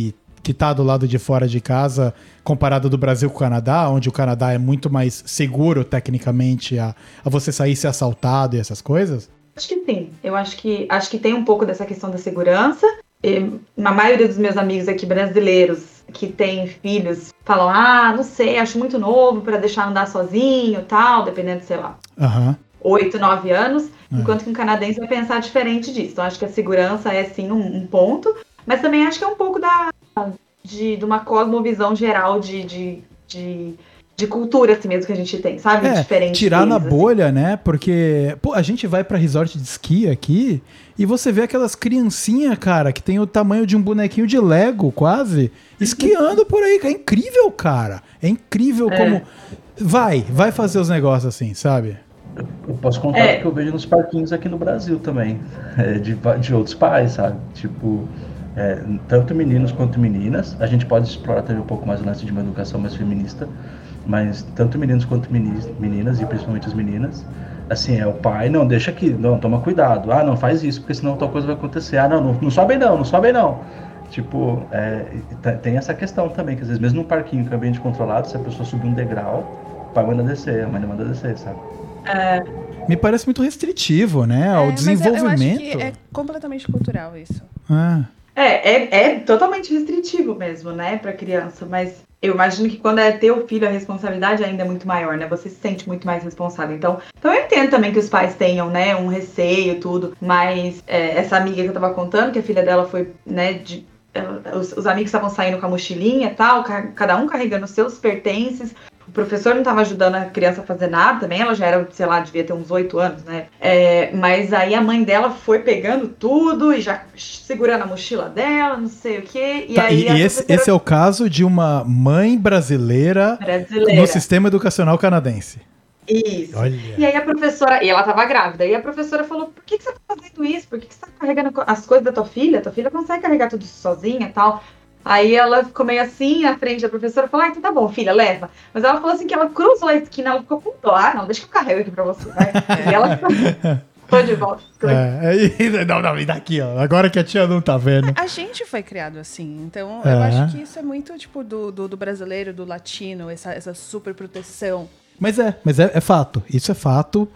que tá do lado de fora de casa, comparado do Brasil com o Canadá, onde o Canadá é muito mais seguro, tecnicamente, a, a você sair e ser assaltado e essas coisas? Acho que tem. Eu acho que, acho que tem um pouco dessa questão da segurança. E, a maioria dos meus amigos aqui brasileiros que têm filhos falam, ah, não sei, acho muito novo para deixar andar sozinho e tal, dependendo, sei lá, uhum. oito, nove anos, é. Enquanto que um canadense vai pensar diferente disso. Então, acho que a segurança é, sim, um, um ponto, mas também acho que é um pouco da, de, de uma cosmovisão geral de... de, de de cultura, assim mesmo, que a gente tem, sabe? É, diferente tirar deles, na assim. bolha, né? Porque, pô, a gente vai pra resort de esqui aqui e você vê aquelas criancinhas, cara, que tem o tamanho de um bonequinho de Lego, quase, esquiando por aí. É incrível, cara. É incrível É. como... Vai, vai fazer os negócios assim, sabe? Eu posso contar É. o que eu vejo nos parquinhos aqui no Brasil também, é, de, de outros pais, sabe? Tipo, é, tanto meninos quanto meninas. A gente pode explorar também um pouco mais o lance de uma educação mais feminista, mas tanto meninos quanto meninas, meninas e principalmente as meninas, assim, é o pai, não, deixa aqui, não, toma cuidado, ah, não faz isso, porque senão tal coisa vai acontecer, ah, não, não, não sobe não, não sobe não. Tipo, é, tem essa questão também, que às vezes mesmo num parquinho que é ambiente controlado, se a pessoa subir um degrau, o pai manda descer, a mãe manda descer, sabe? É, Me parece muito restritivo, né? É, o mas eu- desenvolvimento. Eu acho que é completamente cultural isso. Ah, é, é, é totalmente restritivo mesmo, né, pra criança, mas eu imagino que quando é teu filho, a responsabilidade ainda é muito maior, né, você se sente muito mais responsável, então, então eu entendo também que os pais tenham, né, um receio, tudo, mas é, essa amiga que eu tava contando, que a filha dela foi, né, de, ela- os, os amigos estavam saindo com a mochilinha e tal, ca- cada um carregando seus pertences. O professor não estava ajudando a criança a fazer nada também, ela já era, sei lá, devia ter uns oito anos, né? É, mas aí a mãe dela foi pegando tudo e já segurando a mochila dela, não sei o quê. E tá, aí e a e esse, professora esse é o caso de uma mãe brasileira brasileira. no sistema educacional canadense. Isso. Olha. E aí a professora, e ela tava grávida, e a professora falou, por que, que você tá fazendo isso? Por que, que você tá carregando co- as coisas da tua filha? Tua filha consegue carregar tudo isso sozinha e tal. Aí ela ficou meio assim, na frente da professora, falou, ah, então tá bom, filha, leva. Mas ela falou assim que ela cruzou a esquina, ela ficou com dó. Ah, não, deixa que eu carrego aqui pra você, vai. E ela ficou de volta. É, é, não, não, me dá aqui, ó. Agora que a tia não tá vendo. A gente foi criado assim, então É. eu acho que isso é muito, tipo, do, do, do brasileiro, do latino, essa, essa super proteção. Mas é, mas é, é fato. Isso é fato.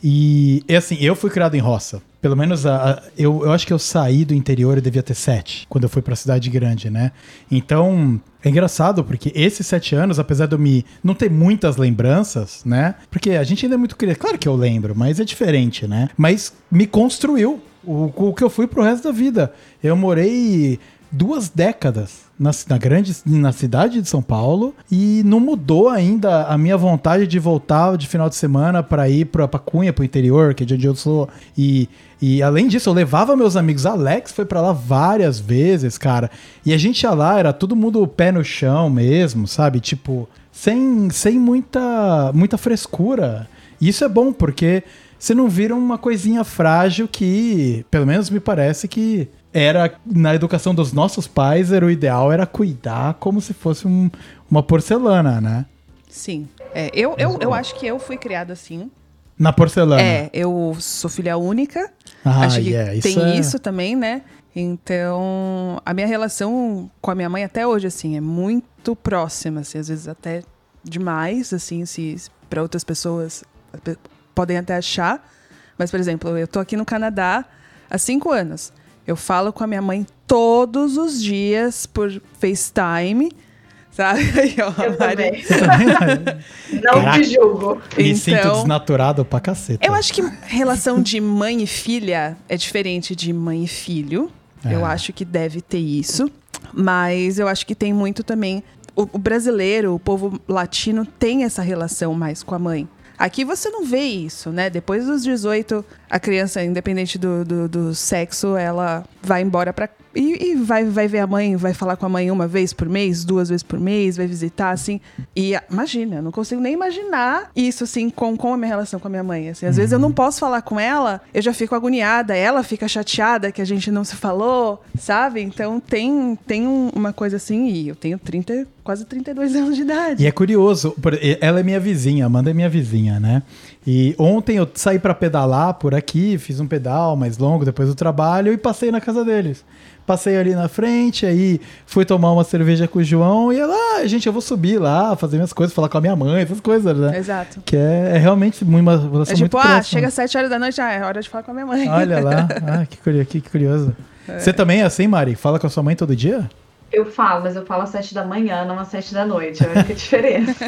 E, é assim, eu fui criado em roça. Pelo menos a, a- eu, eu acho que eu saí do interior, eu devia ter sete, quando eu fui pra cidade grande, né? Então, é engraçado, porque esses sete anos, apesar de eu me não ter muitas lembranças, né? Porque a gente ainda é muito criança. Claro que eu lembro, mas é diferente, né? Mas me construiu o, o que eu fui pro resto da vida. Eu morei duas décadas na, na grande na cidade de São Paulo e não mudou ainda a minha vontade de voltar de final de semana para ir pra, pra Cunha, pro interior, que é de onde eu sou. E, e além disso, eu levava meus amigos. Alex foi pra lá várias vezes, cara. E a gente ia lá, era todo mundo pé no chão mesmo, sabe? Tipo, sem, sem muita, muita frescura. E isso é bom, porque você não vira uma coisinha frágil que, pelo menos me parece que era, na educação dos nossos pais, era o ideal era cuidar como se fosse um- uma porcelana, né? Sim. É, eu, eu, eu acho que eu fui criada assim. Na porcelana. É, eu sou filha única. Ah, acho que yeah, isso tem é- isso também, né? Então, a minha relação com a minha mãe até hoje, assim, é muito próxima, assim, às vezes até demais, assim, se para outras pessoas pe- podem até achar. Mas, por exemplo, eu tô aqui no Canadá há cinco anos. Eu falo com a minha mãe todos os dias por FaceTime, sabe? Aí, ó, Eu Mari- também. Não Caraca. te julgo. Me sinto Então- desnaturado pra caceta. Eu acho que relação de mãe e filha é diferente de mãe e filho. É. Eu acho que deve ter isso. Mas eu acho que tem muito também. O, o brasileiro, o povo latino, tem essa relação mais com a mãe. Aqui você não vê isso, né? Depois dos dezoito, a criança, independente do, do, do sexo, ela vai embora pra. E, e vai, vai ver a mãe, vai falar com a mãe uma vez por mês, duas vezes por mês, vai visitar, assim. E a- imagina, eu não consigo nem imaginar isso, assim, com, com a minha relação com a minha mãe. Assim. Às vezes eu não posso falar com ela, eu já fico agoniada, ela fica chateada que a gente não se falou, sabe? Então tem, tem um- uma coisa assim, e eu tenho trinta, quase trinta e dois anos de idade. E é curioso, por- ela é minha vizinha, a Amanda é minha vizinha. sozinha, né? E ontem eu saí pra pedalar por aqui, fiz um pedal mais longo depois do trabalho e passei na casa deles. Passei ali na frente, aí fui tomar uma cerveja com o João e ela, ah, gente, eu vou subir lá, fazer minhas coisas, falar com a minha mãe, essas coisas, né? Exato. Que é, é realmente uma relação é tipo, muito ah, próxima. chega às sete horas da noite, ah, é hora de falar com a minha mãe. Olha lá, ah, que, curioso, que curioso. É. Você também é assim, Mari? Fala com a sua mãe todo dia? Eu falo, mas eu falo às sete da manhã, não às sete da noite. É a única diferença.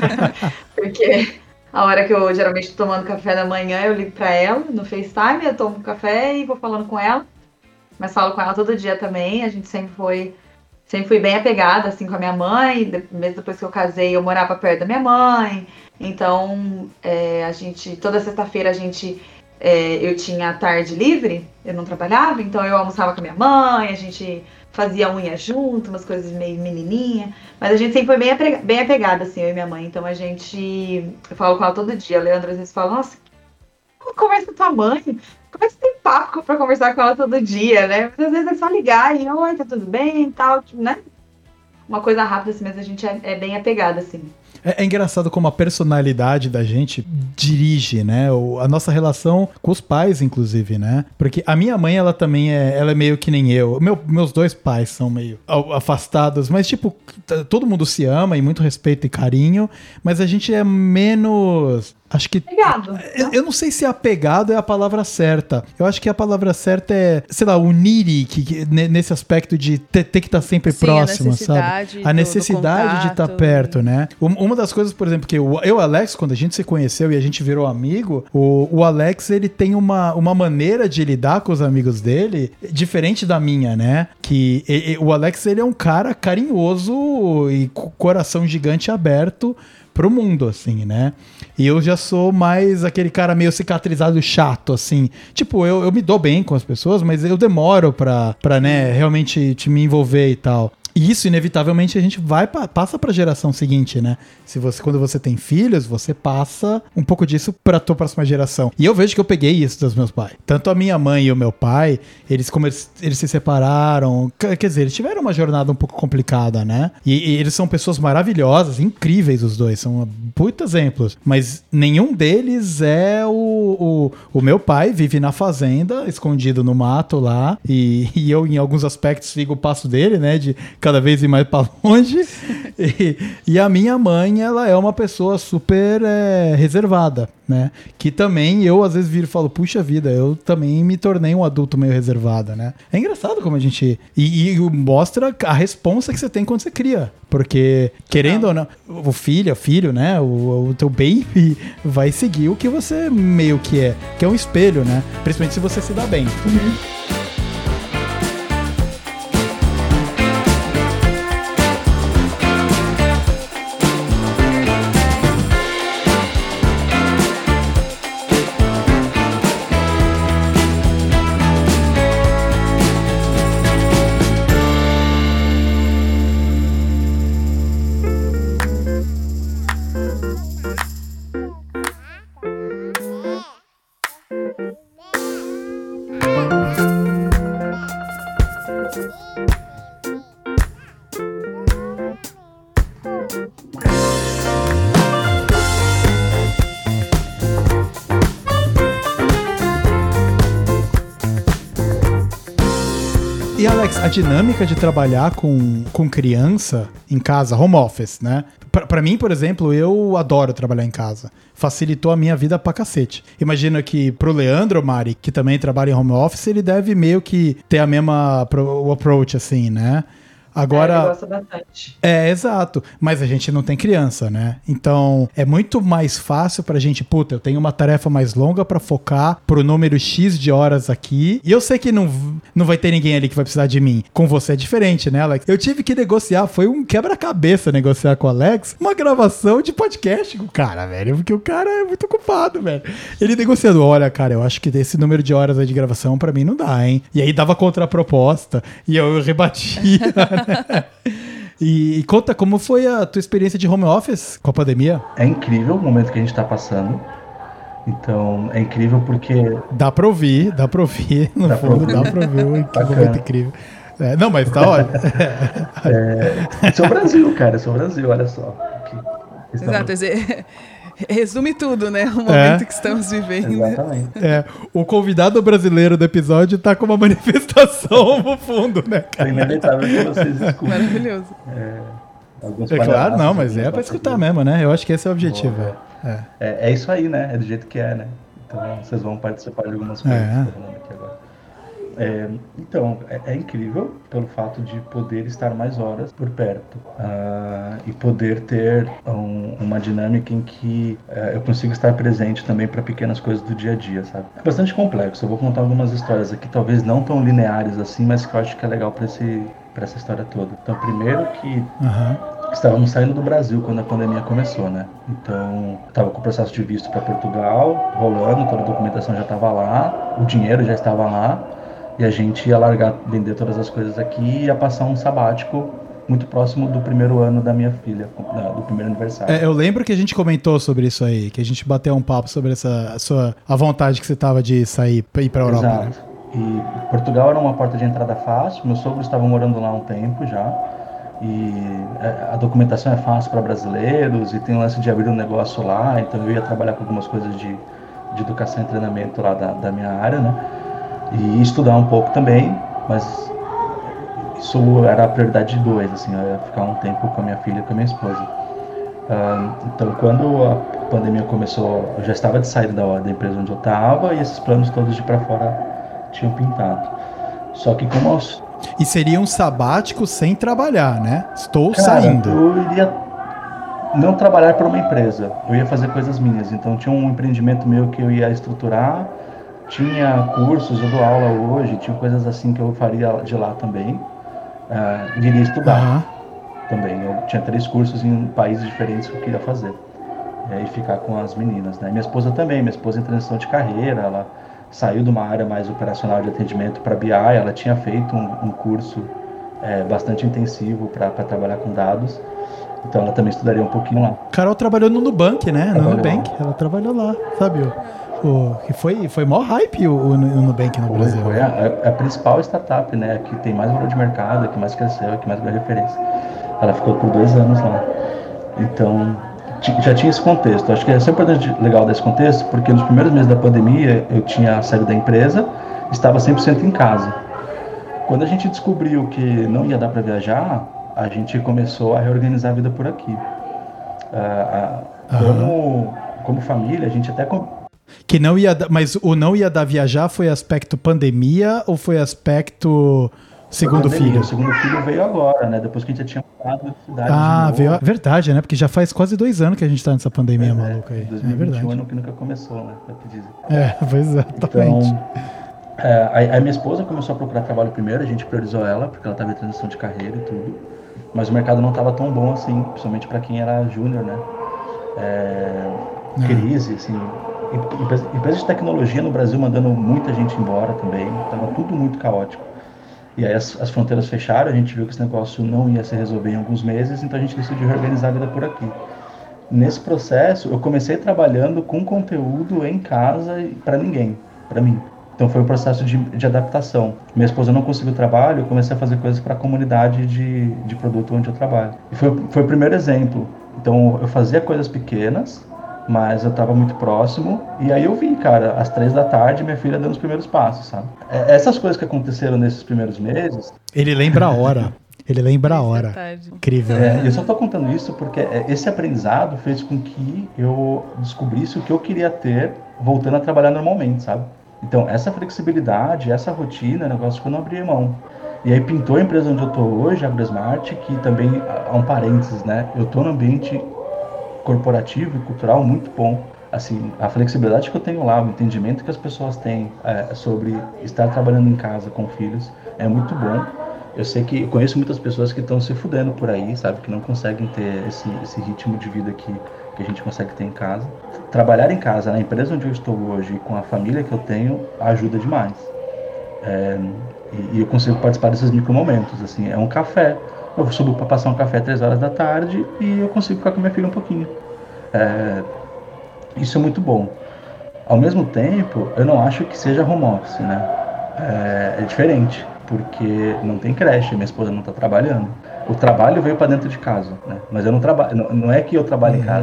Porque a hora que eu geralmente tô tomando café da manhã, eu ligo pra ela no FaceTime, eu tomo café e vou falando com ela. Mas falo com ela todo dia também. A gente sempre foi, sempre fui bem apegada assim com a minha mãe. Mesmo depois que eu casei, eu morava perto da minha mãe. Então, é, a gente toda sexta-feira a gente é, eu tinha a tarde livre, eu não trabalhava, então eu almoçava com a minha mãe, a gente fazia unha junto, umas coisas meio menininha. Mas a gente sempre foi bem apegada, bem apegada assim, eu e minha mãe. Então a gente, eu falo com ela todo dia. A Leandra às vezes fala, nossa, conversa com tua mãe. Como é que você tem papo pra conversar com ela todo dia, né? Mas às vezes é só ligar e, oi, tá tudo bem e tal, tipo, né? Uma coisa rápida assim, mas a gente é, é bem apegada, assim. É, é engraçado como a personalidade da gente dirige, né? O, a nossa relação com os pais, inclusive, né? Porque a minha mãe, ela também é, ela é meio que nem eu. Meu, meus dois pais são meio afastados, mas, tipo, todo mundo se ama e muito respeito e carinho, mas a gente é menos... Acho que. Apegado. Eu, eu não sei se apegado é a palavra certa. Eu acho que a palavra certa é, sei lá, unir, que, que, nesse aspecto de ter, ter que estar sempre Sim, próximo, a sabe? Do, a necessidade do de estar perto, né? Uma das coisas, por exemplo, que eu e o Alex, quando a gente se conheceu e a gente virou amigo, o, o Alex, ele tem uma, uma maneira de lidar com os amigos dele diferente da minha, né? Que e, e, o Alex, ele é um cara carinhoso e com coração gigante aberto pro mundo, assim, né? E eu já sou mais aquele cara meio cicatrizado chato, assim. Tipo, eu, eu me dou bem com as pessoas, mas eu demoro pra, pra né, realmente te me envolver e tal. E isso, inevitavelmente, a gente vai passa para a geração seguinte, né? Se você, quando você tem filhos, você passa um pouco disso para a tua próxima geração. E eu vejo que eu peguei isso dos meus pais. Tanto a minha mãe e o meu pai, eles, como eles, eles se separaram, quer dizer, eles tiveram uma jornada um pouco complicada, né? E, e eles são pessoas maravilhosas, incríveis os dois, são putos exemplos. Mas nenhum deles é o, o... O meu pai vive na fazenda, escondido no mato lá, e, e eu, em alguns aspectos, sigo o passo dele, né? De cada vez ir mais para longe. e, e a minha mãe, ela é uma pessoa super é, reservada, né? Que também eu, às vezes, viro e falo, puxa vida, eu também me tornei um adulto meio reservado, né? É engraçado como a gente... E, e mostra a responsa que você tem quando você cria. Porque, querendo não. ou não, o filho, o filho, né? O, o teu baby vai seguir o que você meio que é. Que é um espelho, né? Principalmente se você se dá bem. Uhum. E, Alex, a dinâmica de trabalhar com, com criança em casa, home office, né? Pra, pra mim, por exemplo, eu adoro trabalhar em casa. Facilitou a minha vida pra cacete. Imagina que pro Leandro, Mari, que também trabalha em home office, ele deve meio que ter a mesma o approach, assim, né? Agora, é, ele gosta bastante. É, exato. Mas a gente não tem criança, né? Então, é muito mais fácil pra gente, puta, eu tenho uma tarefa mais longa pra focar pro número X de horas aqui. E eu sei que não, não vai ter ninguém ali que vai precisar de mim. Com você é diferente, né, Alex? Eu tive que negociar, foi um quebra-cabeça negociar com o Alex uma gravação de podcast com o cara, velho. Porque o cara é muito ocupado, velho. Ele negociando, olha, cara, eu acho que esse número de horas aí de gravação pra mim não dá, hein? E aí dava contraproposta. E eu rebatia, E, e conta como foi a tua experiência de home office com a pandemia? É incrível o momento que a gente tá passando. Então, é incrível porque... Dá pra ouvir, dá pra ouvir. No dá fundo, pra ouvir. dá pra ouvir. Que momento incrível. É, não, mas tá ótimo. É, esse é o Brasil, cara. Esse é o Brasil, olha só. Exato. Resume tudo, né? O momento é. que estamos vivendo. Exatamente. É, o convidado brasileiro do episódio tá com uma manifestação no fundo, né, cara? É inevitável que vocês escutem. Maravilhoso. É, é claro, não, mas é pra escutar mesmo, né? Eu acho que esse é o objetivo. Boa, é. É, é isso aí, né? É do jeito que é, né? Então vocês vão participar de algumas coisas É. que eu tô falando aqui agora. É, então, é, é incrível pelo fato de poder estar mais horas por perto uh, e poder ter um, uma dinâmica em que uh, eu consigo estar presente também para pequenas coisas do dia a dia, sabe? É bastante complexo, eu vou contar algumas histórias aqui, talvez não tão lineares assim, mas que eu acho que é legal para esse, para essa história toda. Então, primeiro que Uhum. estávamos saindo do Brasil quando a pandemia começou, né? Então, estava com o processo de visto para Portugal rolando, toda a documentação já estava lá, o dinheiro já estava lá. E a gente ia largar, vender todas as coisas aqui e ia passar um sabático muito próximo do primeiro ano da minha filha, do primeiro aniversário. É, eu lembro que a gente comentou sobre isso aí, que a gente bateu um papo sobre essa a sua, a vontade que você tava de sair para ir para a Europa. Exato. E Portugal era uma porta de entrada fácil, meu sogro estava morando lá há um tempo já, e a documentação é fácil para brasileiros, e tem o lance de abrir um negócio lá, então eu ia trabalhar com algumas coisas de, de educação e treinamento lá da, da minha área, né? E estudar um pouco também, mas isso era a prioridade de dois, assim, eu ia ficar um tempo com a minha filha e com a minha esposa. Uh, então, quando a pandemia começou, eu já estava de saída da, da empresa onde eu estava e esses planos todos de para fora tinham pintado. Só que como... Aos... E seria um sabático sem trabalhar, né? Estou Cara, saindo. Eu iria não trabalhar para uma empresa, eu ia fazer coisas minhas. Então, tinha um empreendimento meu que eu ia estruturar. Tinha cursos, eu dou aula hoje, tinha coisas assim que eu faria de lá também. Uh, iria estudar uhum. também. Eu tinha três cursos em países diferentes que eu queria fazer. É, e ficar com as meninas, né? Minha esposa também, minha esposa em transição de carreira, ela saiu de uma área mais operacional de atendimento para B I, ela tinha feito um, um curso é, bastante intensivo para trabalhar com dados. Então ela também estudaria um pouquinho lá. Carol trabalhou no Nubank, né? Trabalhou. No Nubank, ela trabalhou lá, sabe? O, que foi, foi maior hype o, o Nubank no foi, Brasil. Foi a, a principal startup, né? Que tem mais valor de mercado, que mais cresceu, que mais ganhou referência. Ela ficou por dois anos lá. Então, já tinha esse contexto. Acho que é sempre legal desse contexto, porque nos primeiros meses da pandemia eu tinha saído da empresa, estava cem por cento em casa. Quando a gente descobriu que não ia dar para viajar, a gente começou a reorganizar a vida por aqui. Ah, ah, como, como família, a gente até... Que não ia dar, mas o não ia dar viajar foi aspecto pandemia ou foi aspecto segundo pandemia, filho? O segundo filho veio agora, né? Depois que a gente já tinha mudado de cidade. Ah, de veio. A... Verdade, né? Porque já faz quase dois anos que a gente tá nessa pandemia é, maluca aí. dois mil e vinte e um é verdade. ano que nunca começou, né? É o que dizem. É, pois é, exatamente. Então, é, a, a minha esposa começou a procurar trabalho primeiro, a gente priorizou ela, porque ela estava em transição de carreira e tudo. Mas o mercado não estava tão bom assim, principalmente para quem era júnior, né? É, crise, assim. Empresas de tecnologia no Brasil mandando muita gente embora também, estava tudo muito caótico. E aí as, as fronteiras fecharam, a gente viu que esse negócio não ia se resolver em alguns meses, então a gente decidiu reorganizar a vida por aqui. Nesse processo, eu comecei trabalhando com conteúdo em casa para ninguém, para mim. Então foi um processo de, de adaptação. Minha esposa não conseguiu trabalho, eu comecei a fazer coisas para a comunidade de, de produto onde eu trabalho. E foi, foi o primeiro exemplo. Então eu fazia coisas pequenas, mas eu estava muito próximo, e aí eu vi, cara, às três da tarde, minha filha dando os primeiros passos, sabe? Essas coisas que aconteceram nesses primeiros meses... Ele lembra a hora, ele lembra a hora. Incrível. É, eu só tô contando isso porque esse aprendizado fez com que eu descobrisse o que eu queria ter voltando a trabalhar normalmente, sabe? Então, essa flexibilidade, essa rotina, é um negócio que eu não abri mão. E aí pintou a empresa onde eu tô hoje, a AgroSmart, que também, há um parênteses, né? Eu tô no ambiente corporativo e cultural muito bom. Assim, a flexibilidade que eu tenho lá, o entendimento que as pessoas têm é, sobre estar trabalhando em casa com filhos é muito bom. Eu sei que eu conheço muitas pessoas que estão se fudendo por aí, sabe, que não conseguem ter esse, esse ritmo de vida que, que a gente consegue ter em casa. Trabalhar em casa, na empresa onde eu estou hoje, com a família que eu tenho, ajuda demais. É, e, e eu consigo participar desses micromomentos, assim, é um café. Eu subo para passar um café às três horas da tarde e eu consigo ficar com minha filha um pouquinho. É, isso é muito bom. Ao mesmo tempo, eu não acho que seja home office, né? É, é diferente, porque não tem creche, minha esposa não está trabalhando. O trabalho veio para dentro de casa, né? Mas eu não trabalho, não, não é que eu trabalho uhum. em casa.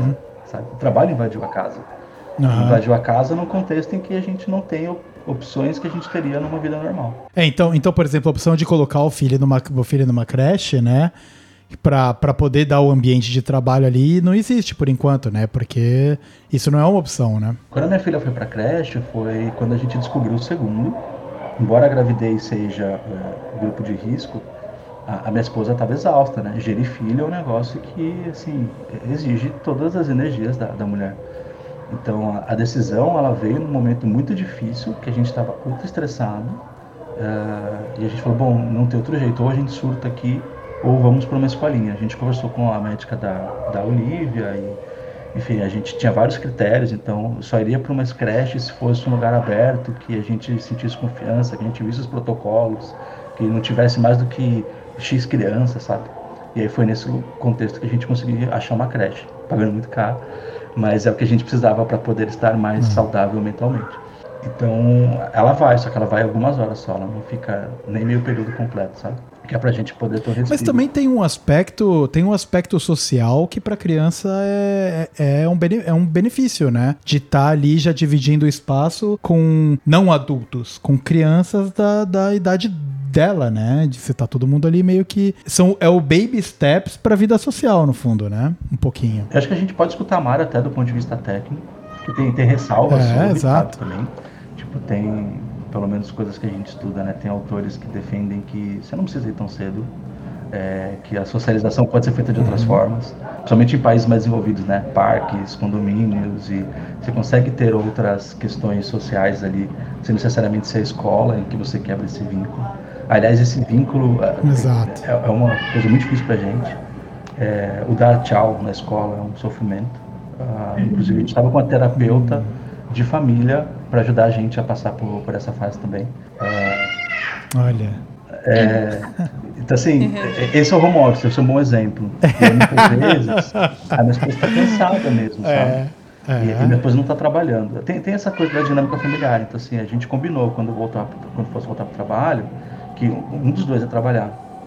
sabe? O trabalho invadiu a casa. Uhum. Invadiu a casa num contexto em que a gente não tem opções que a gente teria numa vida normal. É, então, então, por exemplo, a opção de colocar o filho numa, o filho numa creche, né? Pra, pra poder dar o ambiente de trabalho ali, não existe por enquanto, né? Porque isso não é uma opção, né? Quando a minha filha foi pra creche, foi quando a gente descobriu o segundo. Embora a gravidez seja é, grupo de risco, a, a minha esposa estava exausta, né? Gerir filho é um negócio que, assim, exige todas as energias da, da mulher. Então, a, a decisão, ela veio num momento muito difícil, que a gente estava ultra estressado. Uh, e a gente falou, bom, não tem outro jeito, ou a gente surta aqui, ou vamos para uma escolinha. A gente conversou com a médica da, da Olivia e, enfim, a gente tinha vários critérios, então só iria para uma creche se fosse um lugar aberto, que a gente sentisse confiança, que a gente visse os protocolos, que não tivesse mais do que X crianças, sabe? E aí foi nesse contexto que a gente conseguiu achar uma creche, pagando muito caro, mas é o que a gente precisava para poder estar mais uhum. saudável mentalmente. Então, ela vai, só que ela vai algumas horas só, ela não fica nem meio período completo, sabe? Que é pra gente poder ter um respiro. Mas também tem um aspecto, tem um aspecto social que pra criança é, é, um, bene, é um benefício, né? De estar tá ali já dividindo o espaço com não adultos, com crianças da, da idade dela, né? De você tá todo mundo ali meio que... São, é o baby steps pra vida social, no fundo, né? Um pouquinho. Eu acho que a gente pode escutar a Mara até do ponto de vista técnico, que tem, tem ressalvas é, sobre, exato. Sabe, também. Tipo, tem, pelo menos coisas que a gente estuda, né? Tem autores que defendem que você não precisa ir tão cedo, é, que a socialização pode ser feita de outras uhum. formas, principalmente em países mais desenvolvidos, né? Parques, condomínios, e você consegue ter outras questões sociais ali, sem necessariamente ser a escola em que você quebra esse vínculo. Aliás, esse vínculo Exato. É, é uma coisa muito difícil pra gente. É, o dar tchau na escola é um sofrimento. Uh, inclusive, a gente estava com uma terapeuta uhum. de família para ajudar a gente a passar por, por essa fase também. Uh, Olha. É, então, assim, esse é o home office, esse é um bom exemplo. E aí, muitas vezes, a minha esposa está cansada mesmo, sabe? É, é. E, e minha esposa não está trabalhando. Tem, tem essa coisa da dinâmica familiar. Então, assim, a gente combinou quando, voltar, quando fosse voltar para o trabalho que um dos dois ia trabalhar.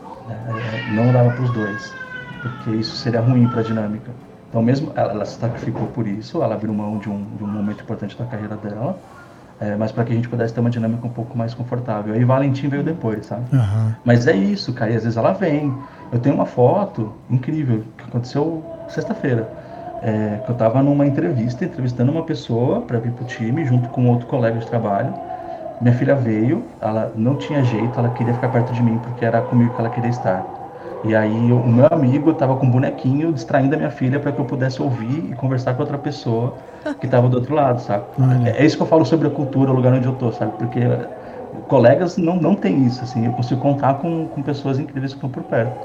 É, não dava para os dois, porque isso seria ruim para a dinâmica. Então, mesmo ela, ela se sacrificou por isso, ela abriu mão de um, de um momento importante da carreira dela, é, mas para que a gente pudesse ter uma dinâmica um pouco mais confortável. Aí Valentim veio depois, sabe? Uhum. Mas é isso, cara, e às vezes ela vem. Eu tenho uma foto incrível que aconteceu sexta-feira, é, que eu estava numa entrevista, entrevistando uma pessoa para vir pro time, junto com outro colega de trabalho. Minha filha veio, ela não tinha jeito, ela queria ficar perto de mim porque era comigo que ela queria estar. E aí o meu amigo estava com um bonequinho distraindo a minha filha para que eu pudesse ouvir e conversar com outra pessoa que estava do outro lado, sabe? É, é isso que eu falo sobre a cultura, o lugar onde eu tô, sabe? Porque colegas não, não tem isso, assim, eu consigo contar com, com pessoas incríveis que estão por perto.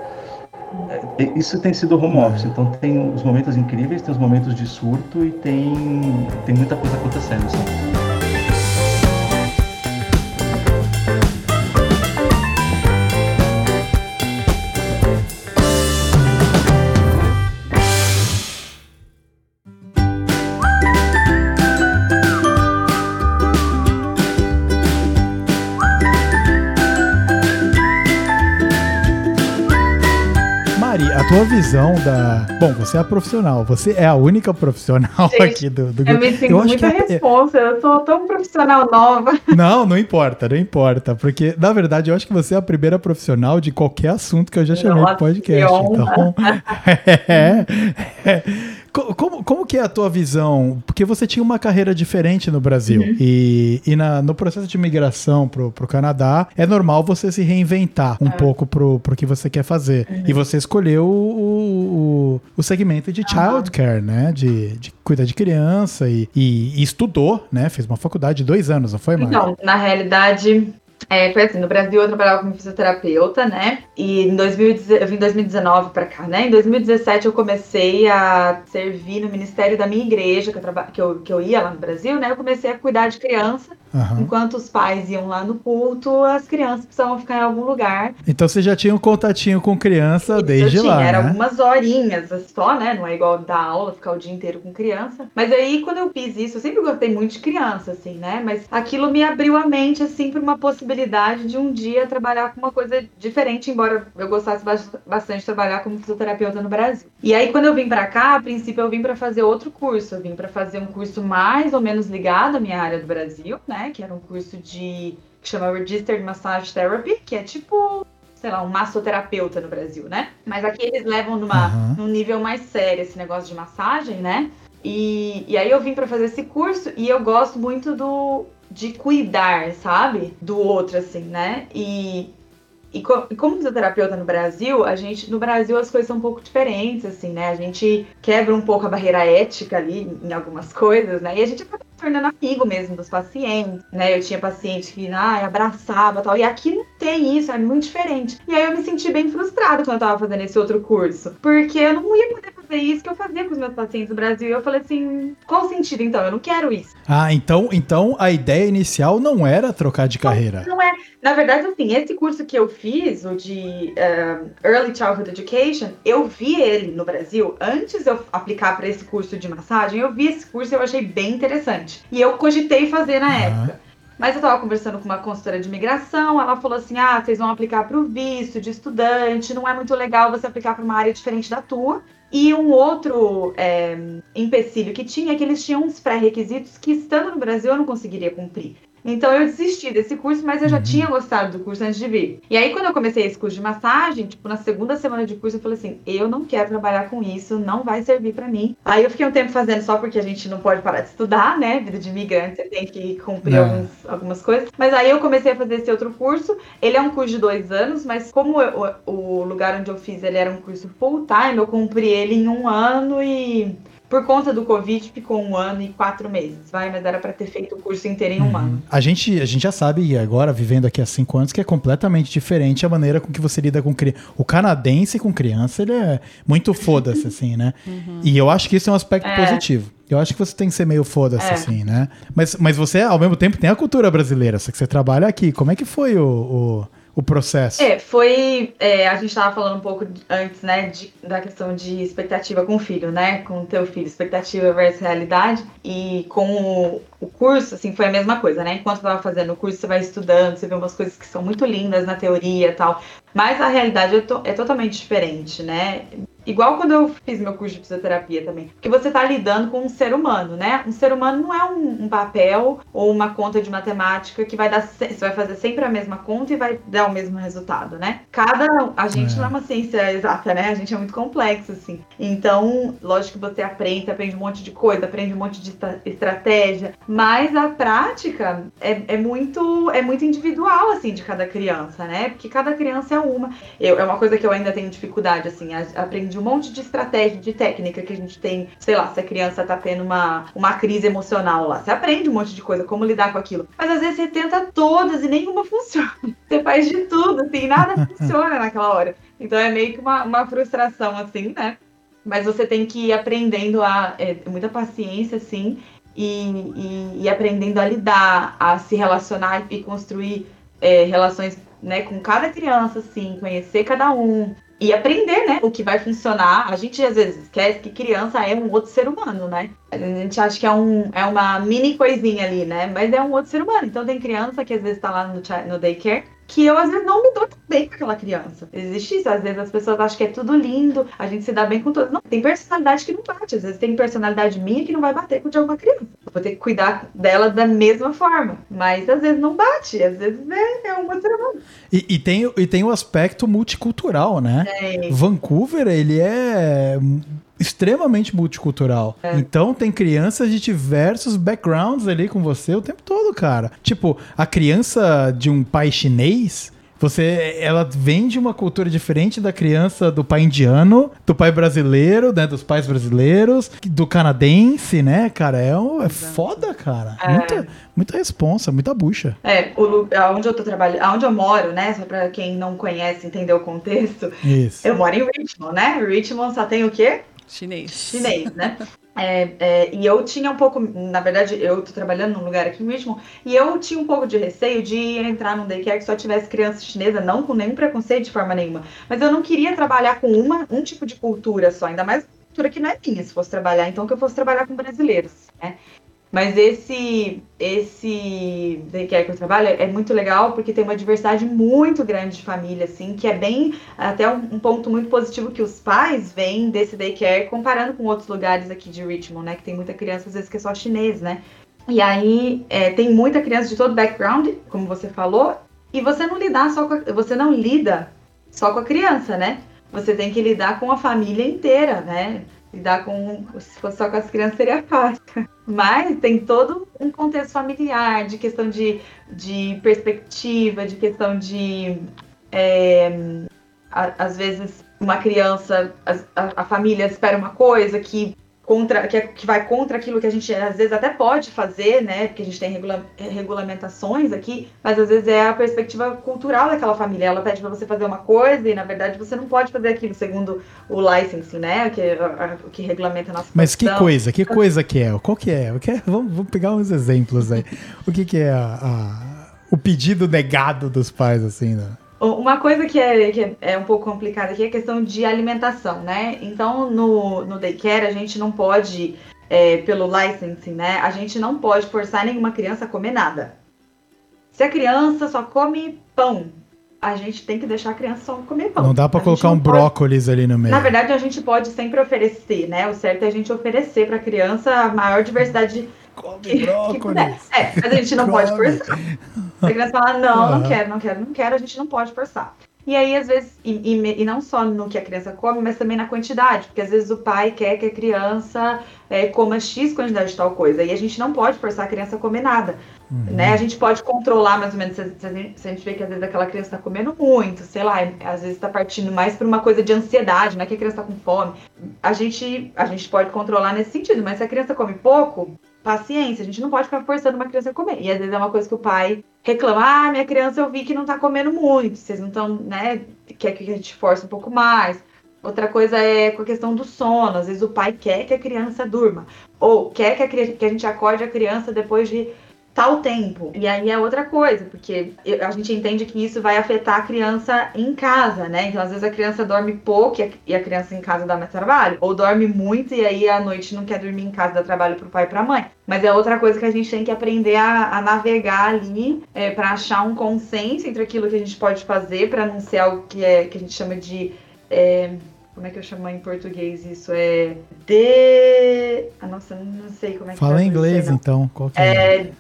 É, isso tem sido home office, então tem os momentos incríveis, tem os momentos de surto e tem, tem muita coisa acontecendo, assim. Tua visão da... Bom, você é a profissional, você é a única profissional Gente, aqui do, do grupo. Eu me sinto eu muita é... responsa, eu sou tão profissional nova. Não, não importa, não importa, porque na verdade eu acho que você é a primeira profissional de qualquer assunto que eu já chamei de podcast. Então, é, é. Como, como que é a tua visão? Porque você tinha uma carreira diferente no Brasil uhum. e, e na, no processo de migração pro, pro Canadá, é normal você se reinventar um é. pouco pro, pro que você quer fazer. Uhum. E você escolheu o, o, o segmento de childcare, né? De, de cuidar de criança e, e, e estudou, né? Fez uma faculdade de dois anos, não foi, Mari? Então, na realidade... É, foi assim, no Brasil eu trabalhava como fisioterapeuta, né, e em dois mil e dezesseis, eu vim em dois mil e dezenove pra cá, né, em dois mil e dezessete eu comecei a servir no ministério da minha igreja, que eu, traba... que eu, que eu ia lá no Brasil, né, eu comecei a cuidar de criança, uhum. enquanto os pais iam lá no culto, as crianças precisavam ficar em algum lugar. Então você já tinha um contatinho com criança Isso, desde eu tinha, lá, era né? algumas horinhas só, né, não é igual dar aula, ficar o dia inteiro com criança, mas aí quando eu fiz isso, eu sempre gostei muito de criança, assim, né, mas aquilo me abriu a mente, assim, pra uma possibilidade possibilidade de um dia trabalhar com uma coisa diferente, embora eu gostasse bastante de trabalhar como fisioterapeuta no Brasil. E aí, quando eu vim pra cá, a princípio eu vim pra fazer outro curso. Eu vim pra fazer um curso mais ou menos ligado à minha área do Brasil, né? Que era um curso de... que chama Registered Massage Therapy, que é tipo... sei lá, um massoterapeuta no Brasil, né? Mas aqui eles levam numa, uhum. num nível mais sério esse negócio de massagem, né? E, e aí eu vim pra fazer esse curso e eu gosto muito do, de cuidar, sabe? Do outro, assim, né? E, e, co, e como fisioterapeuta no Brasil, a gente, no Brasil as coisas são um pouco diferentes, assim, né? A gente quebra um pouco a barreira ética ali em algumas coisas, né? E a gente acaba se tornando amigo mesmo dos pacientes, né? Eu tinha paciente que, ai, abraçava e tal. E aqui não tem isso, é muito diferente. E aí eu me senti bem frustrada quando eu tava fazendo esse outro curso. Porque eu não ia poder fazer isso que eu fazia com os meus pacientes no Brasil. E eu falei assim, qual o sentido então? Eu não quero isso. Ah, então, então a ideia inicial não era trocar de carreira. Não, não é. Na verdade, assim, esse curso que eu fiz, o de uh, Early Childhood Education, eu vi ele no Brasil. Antes de eu aplicar para esse curso de massagem, eu vi esse curso e eu achei bem interessante. E eu cogitei fazer na uhum. época. Mas eu tava conversando com uma consultora de imigração, ela falou assim, ah, vocês vão aplicar para o visto de estudante, não é muito legal você aplicar para uma área diferente da tua. E um outro é, empecilho que tinha é que eles tinham uns pré-requisitos que, estando no Brasil, eu não conseguiria cumprir. Então eu desisti desse curso, mas eu já uhum. tinha gostado do curso antes de vir. E aí quando eu comecei esse curso de massagem, tipo, na segunda semana de curso eu falei assim, eu não quero trabalhar com isso, não vai servir pra mim. Aí eu fiquei um tempo fazendo só porque a gente não pode parar de estudar, né? Vida de imigrante, você tem que cumprir é. alguns, algumas coisas. Mas aí eu comecei a fazer esse outro curso. Ele é um curso de dois anos, mas como eu, o, o lugar onde eu fiz ele era um curso full time, eu cumpri ele em um ano e... Por conta do Covid, ficou um ano e quatro meses, vai? Mas era para ter feito o curso inteiro em um uhum. ano. A gente, a gente já sabe, agora, vivendo aqui há cinco anos, que é completamente diferente a maneira com que você lida com criança. O canadense com criança, ele é muito foda-se, assim, né? Uhum. E eu acho que isso é um aspecto é. positivo. Eu acho que você tem que ser meio foda-se, é. assim, né? Mas, mas você, ao mesmo tempo, tem a cultura brasileira, só que você trabalha aqui. Como é que foi o... o... o processo? É, foi... É, a gente tava falando um pouco antes, né, de, da questão de expectativa com o filho, né, com o teu filho, expectativa versus realidade, e com o, o curso, assim, foi a mesma coisa, né, enquanto eu tava fazendo o curso, você vai estudando, você vê umas coisas que são muito lindas na teoria e tal, mas a realidade é, to- é totalmente diferente, né, igual quando eu fiz meu curso de fisioterapia também, porque você tá lidando com um ser humano, né, um ser humano não é um, um papel ou uma conta de matemática que vai dar, você vai fazer sempre a mesma conta e vai dar o mesmo resultado, né, cada, a gente é. não é uma ciência exata, né, a gente é muito complexo, assim, então, lógico que você aprende, você aprende um monte de coisa, aprende um monte de estra- estratégia, mas a prática é, é muito, é muito individual, assim, de cada criança, né, porque cada criança é uma, eu, é uma coisa que eu ainda tenho dificuldade, assim, a, aprendi um monte de estratégia, de técnica que a gente tem, sei lá, se a criança tá tendo uma, uma crise emocional lá, você aprende um monte de coisa, como lidar com aquilo, mas às vezes você tenta todas e nenhuma funciona, você faz de tudo, assim, nada funciona naquela hora, então é meio que uma, uma frustração, assim, né, mas você tem que ir aprendendo a, é, muita paciência, assim, e, e, e aprendendo a lidar, a se relacionar e construir é, relações, né, com cada criança, assim, conhecer cada um, e aprender, né, o que vai funcionar. A gente às vezes esquece que criança é um outro ser humano, né? A gente acha que é, um, é uma mini coisinha ali, né? Mas é um outro ser humano. Então tem criança que às vezes tá lá no, no daycare, que eu às vezes não me dou tão bem com aquela criança. Existe isso, às vezes as pessoas acham que é tudo lindo, a gente se dá bem com todos. Não, tem personalidade que não bate. Às vezes tem personalidade minha que não vai bater com a de alguma criança. Eu vou ter que cuidar dela da mesma forma. Mas às vezes não bate, às vezes é, é um outro ser humano. E, e, tem, e tem o aspecto multicultural, né? É. Vancouver, ele é extremamente multicultural. É. Então tem crianças de diversos backgrounds ali com você o tempo todo, cara. Tipo, a criança de um pai chinês, você, ela vem de uma cultura diferente da criança do pai indiano, do pai brasileiro, né, dos pais brasileiros, do canadense, né, cara, é, um, é foda, cara. É. Muita, muita responsa, muita bucha. É, o, onde eu tô trabalhando, onde eu moro, né, só pra quem não conhece entender o contexto, Isso. Eu moro em Richmond, né, Richmond só tem o quê? Chinês. Chinês, né? É, é, e eu tinha um pouco, na verdade, eu tô trabalhando num lugar aqui em Richmond, e eu tinha um pouco de receio de entrar num daycare que só tivesse criança chinesa, não com nenhum preconceito de forma nenhuma. Mas eu não queria trabalhar com uma, um tipo de cultura só, ainda mais cultura que não é minha, se fosse trabalhar, então que eu fosse trabalhar com brasileiros, né? Mas esse, esse daycare que eu trabalho é muito legal porque tem uma diversidade muito grande de família, assim, que é bem, até um, um ponto muito positivo que os pais veem desse daycare comparando com outros lugares aqui de Richmond, né? Que tem muita criança, às vezes, que é só chinês, né? E aí, é, tem muita criança de todo background, como você falou, e você não lidar só com a, você não lida só com a criança, né? Você tem que lidar com a família inteira, né? Lidar com... Se fosse só com as crianças, seria fácil. Mas tem todo um contexto familiar, de questão de, de perspectiva, de questão de... É, a, às vezes, uma criança... A, a, a família espera uma coisa que, contra, que, é, que vai contra aquilo que a gente, às vezes, até pode fazer, né? Porque a gente tem regula, regulamentações aqui, mas, às vezes, é a perspectiva cultural daquela família. Ela pede para você fazer uma coisa e, na verdade, você não pode fazer aquilo, segundo o licensing, né? Que, a, a, que regulamenta a nossa Mas profissão. que coisa? Que coisa que é? Qual que é? O que é? Vamos, vamos pegar uns exemplos aí. O que que é a, a, o pedido negado dos pais, assim, né? Uma coisa que é, que é um pouco complicada aqui é a questão de alimentação, né? Então, no, no daycare, a gente não pode, é, pelo licensing, né? A gente não pode forçar nenhuma criança a comer nada. Se a criança só come pão, a gente tem que deixar a criança só comer pão. Não dá pra a colocar um pode... brócolis ali no meio. Na verdade, a gente pode sempre oferecer, né? O certo é a gente oferecer pra criança a maior diversidade de... Come que, brócolis. que é, mas a gente não Come. pode forçar. Se a criança falar, não, Uhum. não quero, não quero, não quero, a gente não pode forçar. E aí, às vezes, e, e, e não só no que a criança come, mas também na quantidade, porque às vezes o pai quer que a criança é, coma X quantidade de tal coisa, e a gente não pode forçar a criança a comer nada. Uhum. Né? A gente pode controlar mais ou menos, se, se, a gente, se a gente vê que às vezes aquela criança está comendo muito, sei lá, às vezes está partindo mais por uma coisa de ansiedade, não é que a criança está com fome. A gente, a gente pode controlar nesse sentido, mas se a criança come pouco, paciência, a gente não pode ficar forçando uma criança a comer. E às vezes é uma coisa que o pai reclama, ah, minha criança eu vi que não tá comendo muito, vocês não estão, né, quer que a gente force um pouco mais. Outra coisa é com a questão do sono, às vezes o pai quer que a criança durma, ou quer que a, que a gente acorde a criança depois de tal tempo. E aí é outra coisa, porque a gente entende que isso vai afetar a criança em casa, né? Então, às vezes a criança dorme pouco e a criança em casa dá mais trabalho, ou dorme muito e aí à noite não quer dormir em casa, dá trabalho pro pai e pra mãe. Mas é outra coisa que a gente tem que aprender a, a navegar ali, é, para achar um consenso entre aquilo que a gente pode fazer, para não ser algo que, é, que a gente chama de... É, como é que eu chamo em português isso? É... De... Ah, nossa, não sei como é que... Fala em inglês, não. Então. Qual que é? É...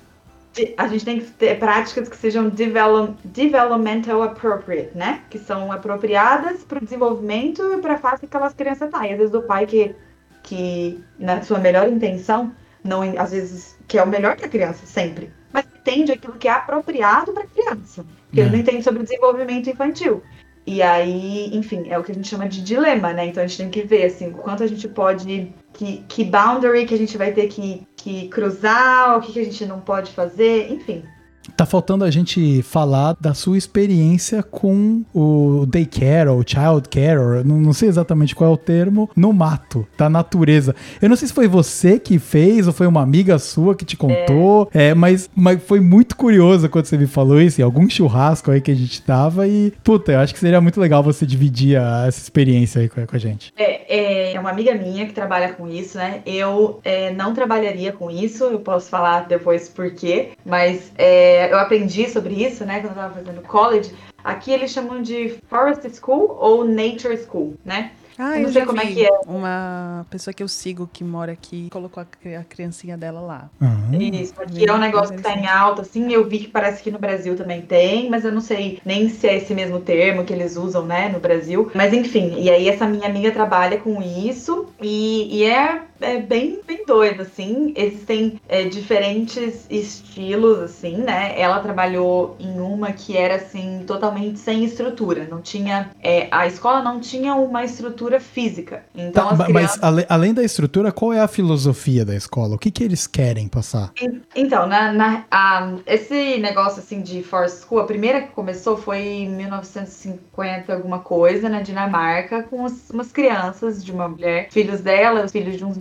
A gente tem que ter práticas que sejam develop, developmental appropriate, né? Que são apropriadas para o desenvolvimento e para a fase que aquelas crianças estão. E às vezes o pai que, que, na sua melhor intenção, não, às vezes, que é o melhor que a criança, sempre, mas entende aquilo que é apropriado para a criança. Porque é. ele não entende sobre o desenvolvimento infantil. E aí, enfim, é o que a gente chama de dilema, né? Então a gente tem que ver, assim, o quanto a gente pode... Que, que boundary que a gente vai ter que, que cruzar, o que, que a gente não pode fazer, enfim. Tá faltando a gente falar da sua experiência com o daycare ou childcare, ou não, não sei exatamente qual é o termo, no mato, da natureza. Eu não sei se foi você que fez ou foi uma amiga sua que te contou, é. É, mas, mas foi muito curioso quando você me falou isso, em algum churrasco aí que a gente tava e, puta, eu acho que seria muito legal você dividir a, essa experiência aí com a, com a gente. É, é uma amiga minha que trabalha com isso, né? Eu é, não trabalharia com isso, eu posso falar depois por quê, mas é, eu aprendi sobre isso, né, quando eu tava fazendo college. Aqui eles chamam de Forest School ou Nature School, né? Ah, eu não eu sei já como vi é que é. Uma pessoa que eu sigo que mora aqui colocou a, a criancinha dela lá. Uhum. Isso, aqui é um negócio que tá em alta, assim, eu vi que parece que no Brasil também tem, mas eu não sei nem se é esse mesmo termo que eles usam, né, no Brasil. Mas enfim, e aí essa minha amiga trabalha com isso e, e é, é bem, bem doido, assim. Existem é, diferentes estilos, assim, né? Ela trabalhou em uma que era, assim, totalmente sem estrutura. Não tinha... É, a escola não tinha uma estrutura física. Então, tá, as crianças... Mas ale, além da estrutura, qual é a filosofia da escola? O que, que eles querem passar? Então, na, na, a, esse negócio assim de Forest School, a primeira que começou foi em mil novecentos e cinquenta, alguma coisa, na Dinamarca, com os, umas crianças de uma mulher, filhos dela, os filhos de uns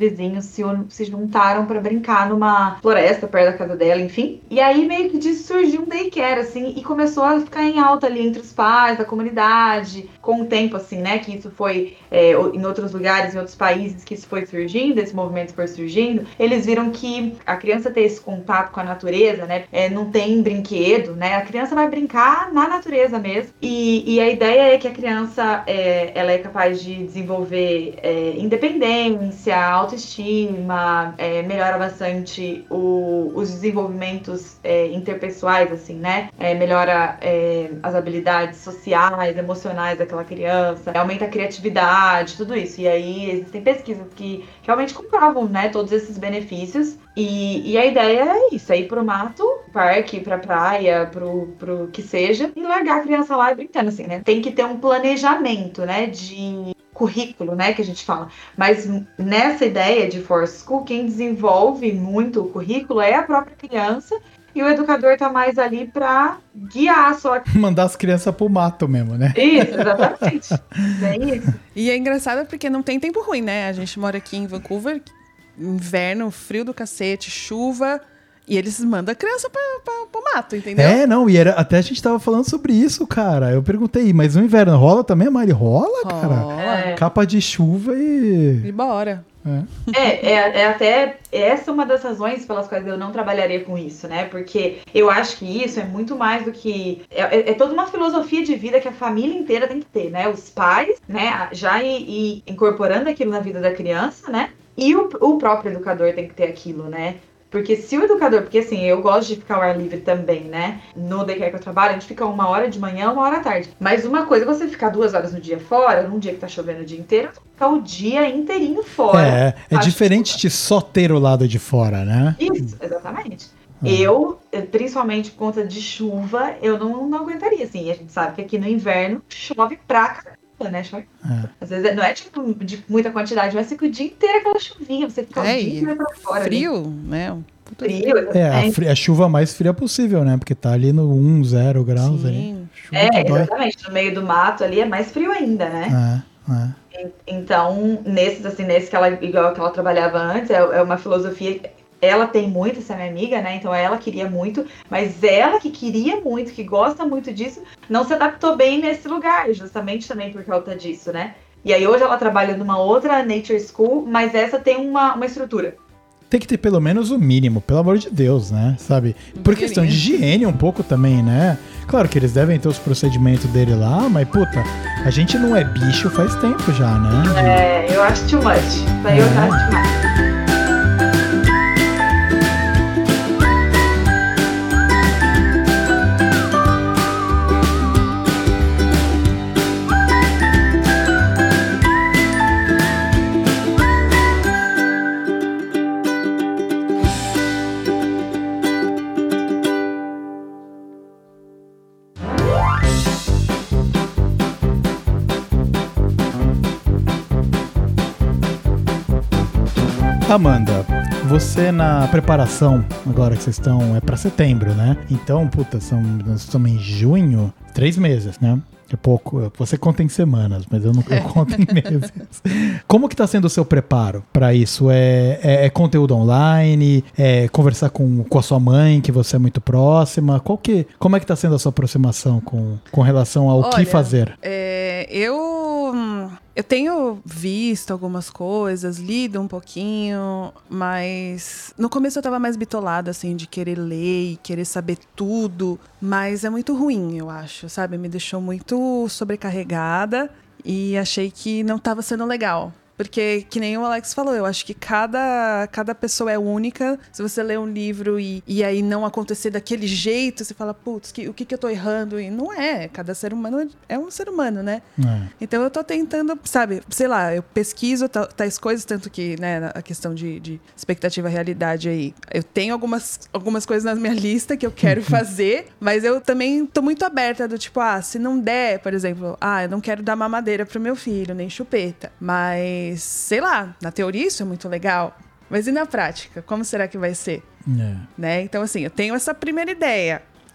vizinhos se, se juntaram pra brincar numa floresta perto da casa dela, enfim. E aí meio que disso surgiu um daycare, assim, e começou a ficar em alta ali entre os pais da comunidade, com o tempo, assim, né, que isso foi é, em outros lugares, em outros países, que isso foi surgindo, esse movimento foi surgindo, eles viram que a criança ter esse contato com a natureza, né, é, não tem brinquedo, né, a criança vai brincar na natureza mesmo, e, e a ideia é que a criança, é, ela é capaz de desenvolver é, independência, autoestima, é, melhora bastante o, os desenvolvimentos é, interpessoais, assim, né, é, melhora é, as habilidades sociais, emocionais daquela criança, aumenta a criatividade, tudo isso. E aí existem pesquisas que realmente comprovam, né, todos esses benefícios. E, e a ideia é isso, é ir pro mato, parque, pra praia, pro, pro que seja, e largar a criança lá e brincando, assim, né? Tem que ter um planejamento, né, de currículo, né, que a gente fala. Mas nessa ideia de Force School, quem desenvolve muito o currículo é a própria criança, e o educador tá mais ali pra guiar a sua... Mandar as crianças pro mato mesmo, né? Isso, exatamente. É isso. E é engraçado porque não tem tempo ruim, né? A gente mora aqui em Vancouver, inverno, frio do cacete, chuva... E eles mandam a criança pra, pra, pro mato, entendeu? É, não, e era, até a gente tava falando sobre isso, cara. Eu perguntei, mas no inverno rola também, Mari? Rola, Rola. cara? É. Capa de chuva e... E bora. É. É, é, é até essa é uma das razões pelas quais eu não trabalharia com isso, né? Porque eu acho que isso é muito mais do que... É, é, é toda uma filosofia de vida que a família inteira tem que ter, né? Os pais, né? Já ir, ir incorporando aquilo na vida da criança, né? E o, o próprio educador tem que ter aquilo, né? Porque se o educador... Porque assim, eu gosto de ficar ao ar livre também, né? No daycare que eu trabalho, a gente fica uma hora de manhã, uma hora à tarde. Mas uma coisa é você ficar duas horas no dia fora, num dia que tá chovendo o dia inteiro, ficar o dia inteirinho fora. É, é Acho diferente que... de só ter o lado de fora, né? Isso, exatamente. É. Eu, principalmente por conta de chuva, eu não, não aguentaria, assim. A gente sabe que aqui no inverno chove pra caramba, né? Chove. É. Às vezes não é tipo de muita quantidade, mas fica o dia inteiro aquela chuvinha, você fica É, o dia e inteiro pra fora. Frio, ali. né? Um puta Frio, É, a, exatamente. fri- a chuva mais fria possível, né? Porque tá ali no um, zero graus ali. Sim. Chuva É, que dói. exatamente. No meio do mato ali é mais frio ainda, né? É, é. Então, nesses, assim, nesse que ela, igual que ela trabalhava antes, é, é uma filosofia. Ela tem muito, essa minha amiga, né? Então ela queria muito, mas ela que queria muito, que gosta muito disso, não se adaptou bem nesse lugar, justamente também por causa disso, né? E aí hoje ela trabalha numa outra nature school, mas essa tem uma, uma estrutura. Tem que ter pelo menos o mínimo, pelo amor de Deus, né? Sabe? Por questão de higiene um pouco também, né? Claro que eles devem ter os procedimentos dele lá, mas puta, a gente não é bicho faz tempo já, né? É, eu acho too much. Isso aí eu É. acho demais. Amanda, você na preparação, agora que vocês estão, é pra setembro, né? Então, puta, são, nós estamos em junho, três meses, né? É pouco. Você conta em semanas, mas eu não eu conto em meses. Como que tá sendo o seu preparo para isso? É, é, é conteúdo online? É conversar com, com a sua mãe, que você é muito próxima? Qual que, como é que tá sendo a sua aproximação com, com relação ao Olha, que fazer? É, eu, eu tenho visto algumas coisas, lido um pouquinho, mas no começo eu tava mais bitolada, assim, de querer ler e querer saber tudo, mas é muito ruim, eu acho, sabe? Me deixou muito sobrecarregada e achei que não tava sendo legal. Porque, que nem o Alex falou, eu acho que cada, cada pessoa é única. Se você lê um livro e, e aí não acontecer daquele jeito, você fala, putz, que, o que, que eu tô errando? E não é, cada ser humano é um ser humano, né? É. Então eu tô tentando, sabe, sei lá, eu pesquiso tais coisas, tanto que, né, a questão de, de expectativa e realidade aí. Eu tenho algumas, algumas coisas na minha lista que eu quero fazer, mas eu também tô muito aberta do tipo, ah, se não der, por exemplo, ah, eu não quero dar mamadeira pro meu filho, nem chupeta. Mas, sei lá, na teoria isso é muito legal. Mas e na prática? Como será que vai ser? É. Né? Então, assim, eu tenho essa primeira ideia.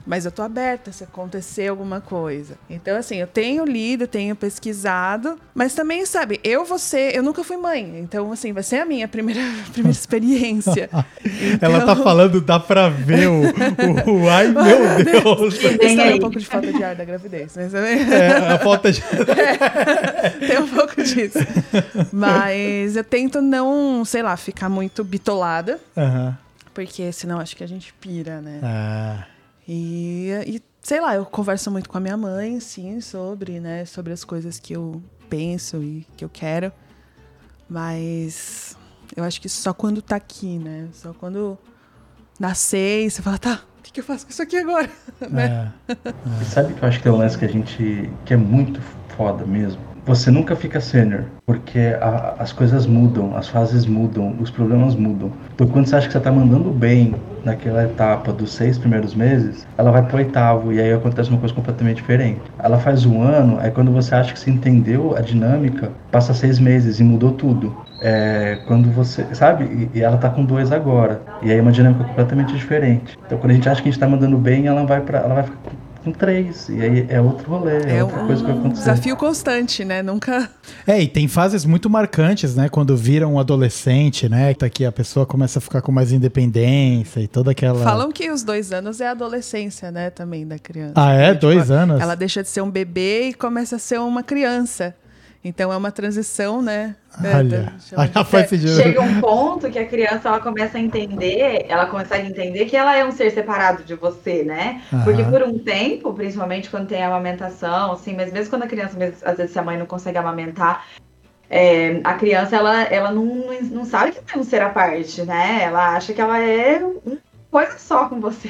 mas eu tô aberta se acontecer alguma coisa. Então, assim, eu tenho lido, tenho pesquisado, mas também, sabe, eu vou ser, eu nunca fui mãe, então, assim, vai ser a minha primeira, primeira experiência. Então... Ela tá falando, dá pra ver o, o, o ai, meu Deus. Tem um pouco de falta de ar da gravidez, mas também... É, a falta de... é, tem um pouco disso. Mas eu tento não, sei lá, ficar muito bitolada, uhum. porque senão acho que a gente pira, né? Ah. E, e, sei lá, eu converso muito com a minha mãe, sim, sobre, né, sobre as coisas que eu penso e que eu quero. Mas eu acho que só quando tá aqui, né? Só quando nascer e você fala, tá, o que, que eu faço com isso aqui agora? É. né? É. E sabe que eu acho que tem um lance que a gente... que é muito foda mesmo? Você nunca fica sênior, porque a, as coisas mudam, as fases mudam, os problemas mudam. Então, quando você acha que você está mandando bem naquela etapa dos seis primeiros meses, ela vai pro oitavo, e aí acontece uma coisa completamente diferente. Ela faz um ano, é quando você acha que você entendeu a dinâmica, passa seis meses e mudou tudo. É, quando você, sabe? E, e ela tá com dois agora, e aí é uma dinâmica completamente diferente. Então, quando a gente acha que a gente tá mandando bem, ela vai, pra, ela vai ficar com três, e aí é outro rolê, é, é outra um coisa que vai acontecer. Desafio constante, né? Nunca... É, e tem fases muito marcantes, né? Quando vira um adolescente, né? Que a pessoa começa a ficar com mais independência e toda aquela... Falam que os dois anos é a adolescência, né? Também da criança. Ah, é? Tipo, Dois anos? Ela deixa de ser um bebê e começa a ser uma criança. Então é uma transição, né? Olha, olha faz sentido. Chega um ponto que a criança ela começa a entender, ela começa a entender que ela é um ser separado de você, né? Aham. Porque por um tempo, principalmente quando tem a amamentação, assim, mas mesmo quando a criança, mesmo, às vezes se a mãe não consegue amamentar, é, a criança ela, ela não, não sabe que é um ser à parte, né? Ela acha que ela é uma coisa só com você.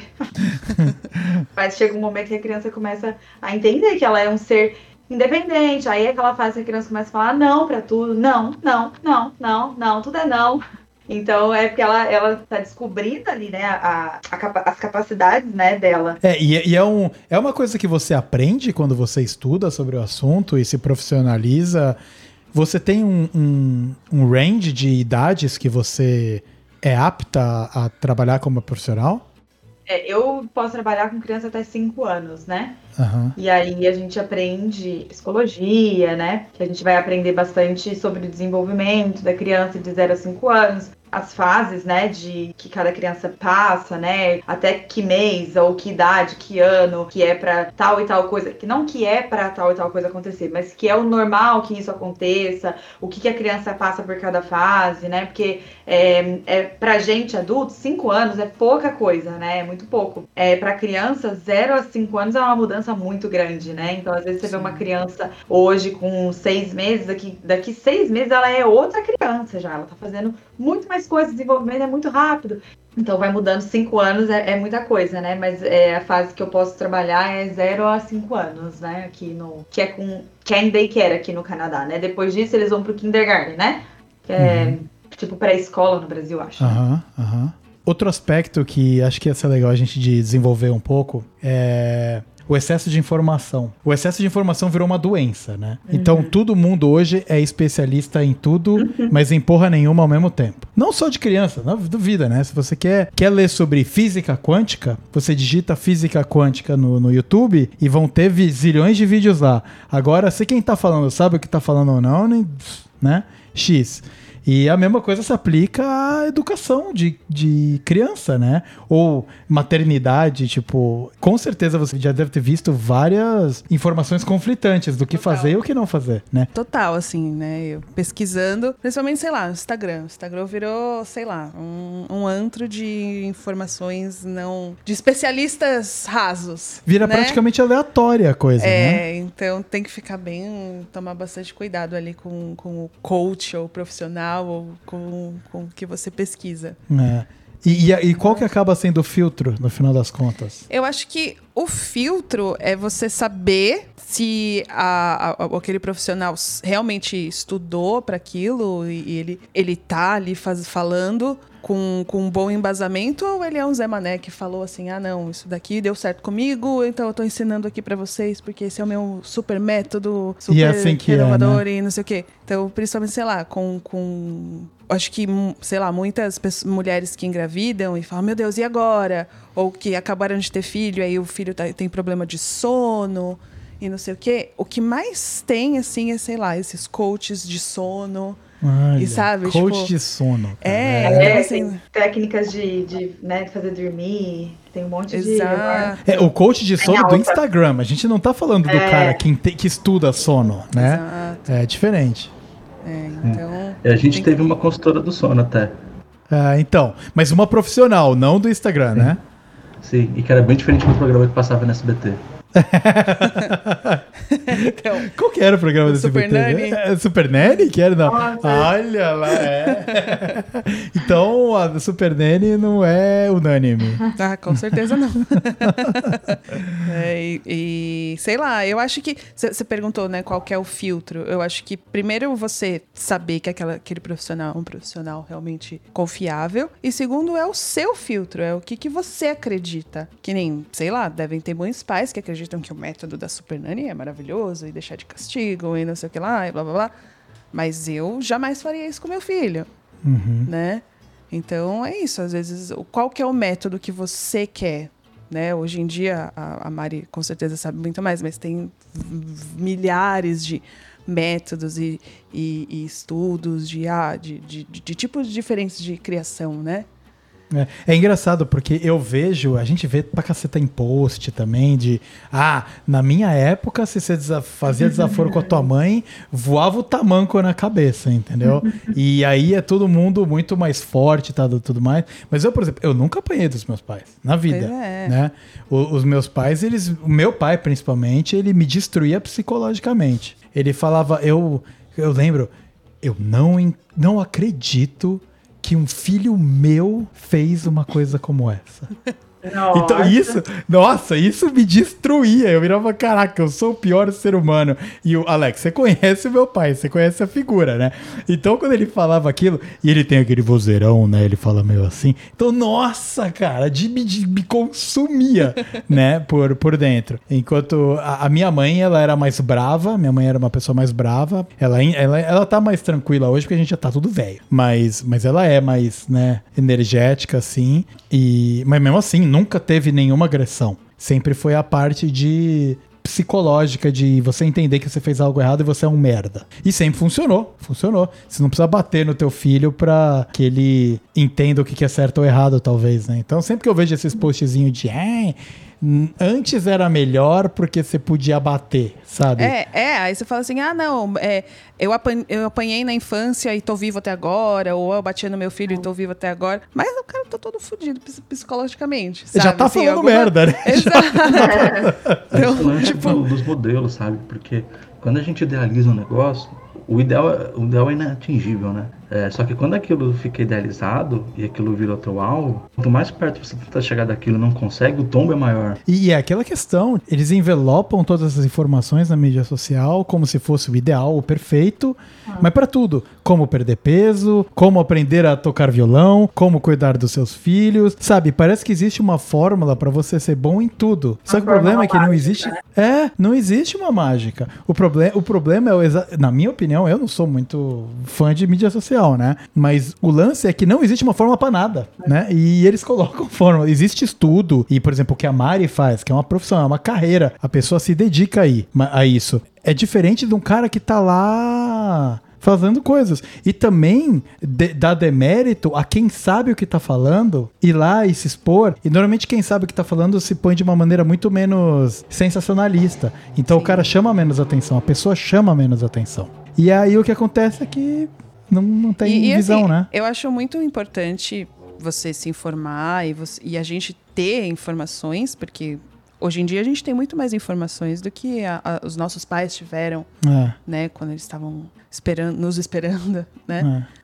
Mas chega um momento que a criança começa a entender que ela é um ser independente, aí é aquela fase que a criança começa a falar não pra tudo, não, não, não, não, não, tudo é não. Então é porque ela, ela tá descobrindo ali, né, a, a capa- as capacidades, né, dela. É, e, e é, um, é uma coisa que você aprende quando você estuda sobre o assunto e se profissionaliza. Você tem um, um, um range de idades que você é apta a, a trabalhar como profissional? É, eu posso trabalhar com criança até cinco anos, né? Uhum. E aí a gente aprende psicologia, né? Que a gente vai aprender bastante sobre o desenvolvimento da criança de zero a cinco anos. As fases, né, de que cada criança passa, né, até que mês ou que idade, que ano, que é pra tal e tal coisa, que não que é pra tal e tal coisa acontecer, mas que é o normal que isso aconteça, o que, que a criança passa por cada fase, né, porque é, é, pra gente adulto, cinco anos é pouca coisa, né, é muito pouco. É, pra criança, zero a cinco anos é uma mudança muito grande, né, então às vezes você Sim. vê uma criança hoje com seis meses, daqui, daqui seis meses ela é outra criança já, ela tá fazendo muito mais coisa, o desenvolvimento é muito rápido. Então vai mudando, cinco anos é, é muita coisa, né? Mas é, a fase que eu posso trabalhar é zero a cinco anos, né? Aqui no. Que é com. Que é em daycare aqui no Canadá, né? Depois disso eles vão pro kindergarten, né? Que é uhum. tipo pré-escola no Brasil, acho. Aham, né? aham. Uhum. Outro aspecto que acho que ia ser legal a gente de desenvolver um pouco é o excesso de informação. O excesso de informação virou uma doença, né? Uhum. Então, todo mundo hoje é especialista em tudo, uhum. mas em porra nenhuma ao mesmo tempo. Não só de criança, na vida, né? Se você quer, quer ler sobre física quântica, você digita física quântica no, no YouTube e vão ter zilhões de vídeos lá. Agora, se quem tá falando sabe o que tá falando ou não, né? X. E a mesma coisa se aplica à educação de, de criança, né? Ou maternidade, tipo... Com certeza você já deve ter visto várias informações conflitantes do que Total. fazer e o que não fazer, né? Total, assim, né? Eu pesquisando, principalmente, sei lá, no Instagram. O Instagram virou, sei lá, um, um antro de informações não... De especialistas rasos. Vira né? praticamente aleatória a coisa, é, né? É, então tem que ficar bem... Tomar bastante cuidado ali com, com o coach ou profissional ou com, com o que você pesquisa. É. E, e, e qual que acaba sendo o filtro, no final das contas? Eu acho que o filtro é você saber se a, a, aquele profissional realmente estudou para aquilo e ele, ele tá ali faz, falando com, com um bom embasamento, ou ele é um Zé Mané que falou assim, ah não, isso daqui deu certo comigo, então eu tô ensinando aqui para vocês porque esse é o meu super método, super e assim que inovador é, né? E não sei o quê. Então, principalmente, sei lá, com... com acho que, sei lá, muitas pessoas, mulheres que engravidam e falam, meu Deus, e agora? ou que acabaram de ter filho, aí o filho tá, tem problema de sono e não sei o quê. O que mais tem, assim, é, sei lá, esses coaches de sono. Olha, e sabe, coach tipo, de sono. Cara. É, É, então, assim, tem técnicas de, de, né, de fazer dormir, tem um monte exato. de... É, o coach de sono Em do alta. Instagram. A gente não tá falando do É. cara que, inte- que estuda sono, né? Exato. É diferente. É, então... E a gente tem teve que- uma consultora do sono até. Ah, então, mas uma profissional, não do Instagram, né? Sim, e que era bem diferente do programa que passava no S B T. Então, Qual que era o programa O do Super S B T? Nanny? É, Super Nanny? Que era, não. Nossa. Olha lá, é. Então, a do Super Nanny não é unânime. ah, com certeza não. É, e, e, sei lá, eu acho que... Você perguntou, né, qual que é o filtro. Eu acho que primeiro você saber que aquela, aquele profissional é um profissional realmente confiável. E segundo é o seu filtro, é o que, que você acredita. Que nem, sei lá, devem ter muitos pais que acreditam que o método da Super Nanny é maravilhoso e deixar de castigo e não sei o que lá e blá blá blá. Mas eu jamais faria isso com meu filho, Uhum. né? Então é isso, às vezes, o- qual que é o método que você quer, né? Hoje em dia, a, a Mari com certeza sabe muito mais, mas tem v- milhares de métodos e, e- e estudos de, ah, de, de, de- de tipos diferentes de criação, né? É, é engraçado porque eu vejo, a gente vê pra caceta em post também de, ah, na minha época, se você desa- fazia desaforo com a tua mãe, voava o tamanco na cabeça, entendeu? E aí é todo mundo muito mais forte, tá, do- tudo mais. Mas eu, por exemplo, eu nunca apanhei dos meus pais, na vida, Pois é. né? O- os meus pais, eles, o meu pai principalmente, ele me destruía psicologicamente. Ele falava, eu, eu lembro, eu não, en- não acredito que um filho meu fez uma coisa como essa. Nossa. Então isso, nossa, isso me destruía. Eu virava, caraca, eu sou o pior ser humano. E o Alex, você conhece o meu pai, você conhece a figura, né? Então quando ele falava aquilo, e ele tem aquele vozeirão, né? Ele fala meio assim. Então, nossa, cara, de, me, de, me consumia, né? Por, por dentro. Enquanto a, a minha mãe, ela era mais brava. Minha mãe era uma pessoa mais brava. Ela, ela, ela tá mais tranquila hoje, porque a gente já tá tudo velho. Mas, mas ela é mais, né? Energética, assim. E, mas mesmo assim, nunca teve nenhuma agressão. Sempre foi a parte de psicológica, de você entender que você fez algo errado e você é um merda. E sempre funcionou, funcionou. Você não precisa bater no teu filho pra que ele entenda o que é certo ou errado, talvez, né? Então sempre que eu vejo esses postzinhos de ah, antes era melhor porque você podia bater, sabe? É, é, aí você fala assim, ah, não, é, eu, apan- eu apanhei na infância e tô vivo até agora, ou eu bati no meu filho e tô vivo até agora. Mas o cara tá todo fudido ps- psicologicamente, sabe? Já tá Assim, falando alguma- merda, né? Exato. É esse Então, lance tipo- do- dos modelos, sabe? Porque quando a gente idealiza um negócio, o ideal, é- o ideal é inatingível, né? É, só que quando aquilo fica idealizado e aquilo vira teu alvo, quanto mais perto você tenta chegar daquilo e não consegue, o tombo é maior. E é aquela questão, eles envelopam todas essas informações na mídia social como se fosse o ideal, o perfeito, mas pra tudo. Como perder peso, como aprender a tocar violão, como cuidar dos seus filhos, sabe? Parece que existe uma fórmula pra você ser bom em tudo. Só que o problema é que não existe... É, não existe uma mágica. O, proble o problema é, o exa na minha opinião, eu não sou muito fã de mídia social, né? Mas o lance é que não existe uma fórmula pra nada, né? E eles colocam fórmula. Existe estudo, e por exemplo, o que a Mari faz, que é uma profissão, é uma carreira, a pessoa se dedica aí, a isso. É diferente de um cara que tá lá fazendo coisas. E também de, dá demérito a quem sabe o que tá falando, ir lá e se expor. E normalmente quem sabe o que tá falando se põe de uma maneira muito menos sensacionalista. Então Sim. o cara chama menos atenção, a pessoa chama menos atenção. E aí o que acontece é que não, não tem E, e, visão, assim, né? eu acho muito importante você se informar e, você- e a gente ter informações, porque hoje em dia a gente tem muito mais informações do que a- a- os nossos pais tiveram, É, né? Quando eles estavam esperando, nos esperando, né? é.